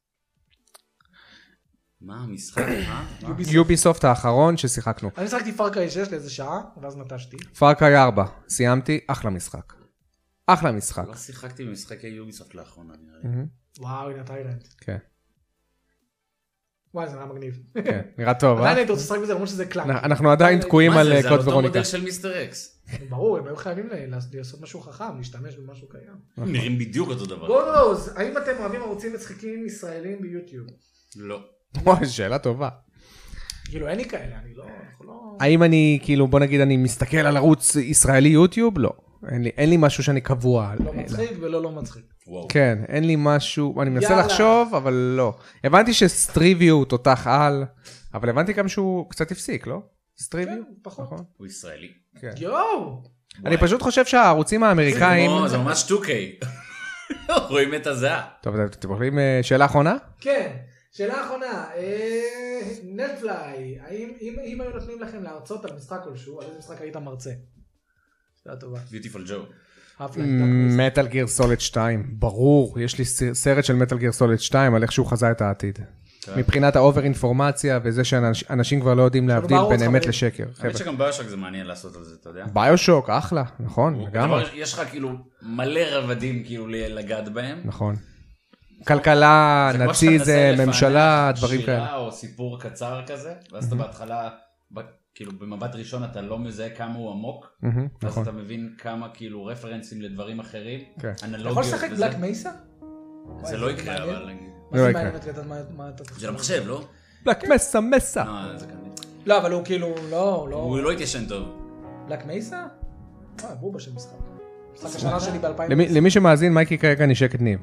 מה המשחק? יוביסופט האחרון ששיחקנו. אני שיחקתי פארקריי שש לאיזה שעה, ואז נטשתי. פארקריי ארבע, סיימתי, אחלה משחק. אחלה משחק. לא שיחקתי במשחקי יוביסופט לאחרונה, נראה לי. וואו, הנה טיילנד. כן. וואי, זה נראה מגניב. כן, נראה טוב, אה? עדיין הייתי רוצה לשחק בזה, למרות שזה קלאק. אנחנו עדיין תקועים על קוד ורוניקה. זה על אותו מודל של מיסטר אקס. ברור, הם היו חייבים לעשות משהו חכם, להשתמש במשהו קיים. נראים בדיוק אותו דבר. גולרוז, האם אתם אוהבים ערוצים מצחיקים ישראלים ביוטיוב? לא. וואי, שאלה טובה. כאילו אין לי כאלה, אני לא... האם אני, כאילו, בוא נגיד, אני מסתכל על ערוץ ישראלי יוטיוב? לא. אין לי משהו שאני קבוע. לא מצחיק ולא לא מצחיק. כן, אין לי משהו, אני מנסה לחשוב, אבל לא. הבנתי שסטריביו תותח על, אבל הבנתי גם שהוא קצת הפסיק, לא? סטריביו? כן, פחות. הוא ישראלי. יואו! אני פשוט חושב שהערוצים האמריקאים... זה ממש טו קיי. רואים את הזהה. טוב, אתם יכולים שאלה אחרונה? כן, שאלה אחרונה. נטפליי, אם היו נותנים לכם להרצות על משחק כלשהו, על איזה משחק היית מרצה? שאלה טובה. ביוטיפול ג'ו. מטל גיר סוליד שתיים, ברור, יש לי סרט של מטל גיר סוליד שתיים על איך שהוא חזה את העתיד. מבחינת האובר אינפורמציה וזה שאנשים כבר לא יודעים להבדיל בין אמת לשקר. האמת שגם ביושוק זה מעניין לעשות על זה, אתה יודע. ביושוק, אחלה, נכון, לגמרי. יש לך כאילו מלא רבדים כאילו לגעת בהם. נכון. כלכלה, נאציזם, ממשלה, דברים כאלה. שירה או סיפור קצר כזה, ואז אתה בהתחלה... כאילו במבט ראשון אתה לא מזהה כמה הוא עמוק, אז אתה מבין כמה כאילו רפרנסים לדברים אחרים, אנלוגיות. יכול לשחק בלק מייסה? זה לא יקרה, אבל נגיד. מה זה מעניין אותי לדעת מה אתה תחשב? זה למחשב, לא? בלק מסה מסה. לא, אבל הוא כאילו, לא, לא. הוא לא התיישן טוב. בלק מייסה? אה, בובה של משחק. משחק השנה שלי ב-אלפיים. למי שמאזין, מייקי כרגע נשק את ניב.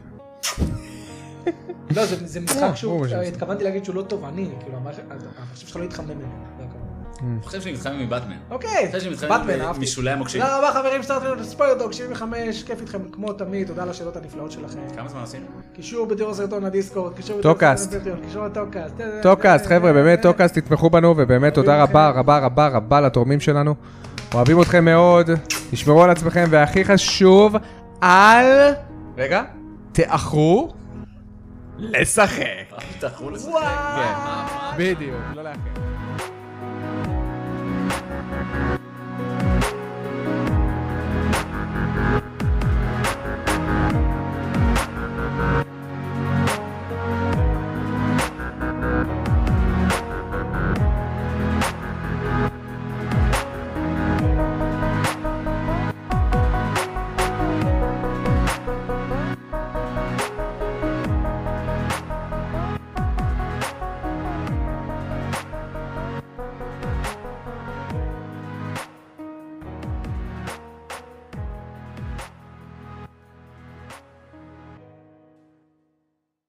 לא, זה משחק שהוא, התכוונתי להגיד שהוא לא טוב, אני, כאילו, המחשב שלך לא יתחמם ממנו. אני חושב שאני מתחמם מבטמן. אוקיי, אני חושב שאני מתחמם משולי המוקשים. תודה רבה חברים, שתרתם ספוילרדוג שבעים וחמש, כיף איתכם כמו תמיד, תודה על השאלות הנפלאות שלכם. כמה זמן עשינו? קישור בתיאור הסרטון לדיסקורד, קישור בתיאור הסרטון, קישור לטוקאסט. טוקאסט, חבר'ה, באמת טוקאסט, תתמכו בנו, ובאמת תודה רבה רבה רבה רבה לתורמים שלנו. אוהבים אתכם מאוד, תשמרו על עצמכם, והכי חשוב, אל... רגע, תאחרו לשחק. תאחרו לשחק. בדיוק, לא לאחר.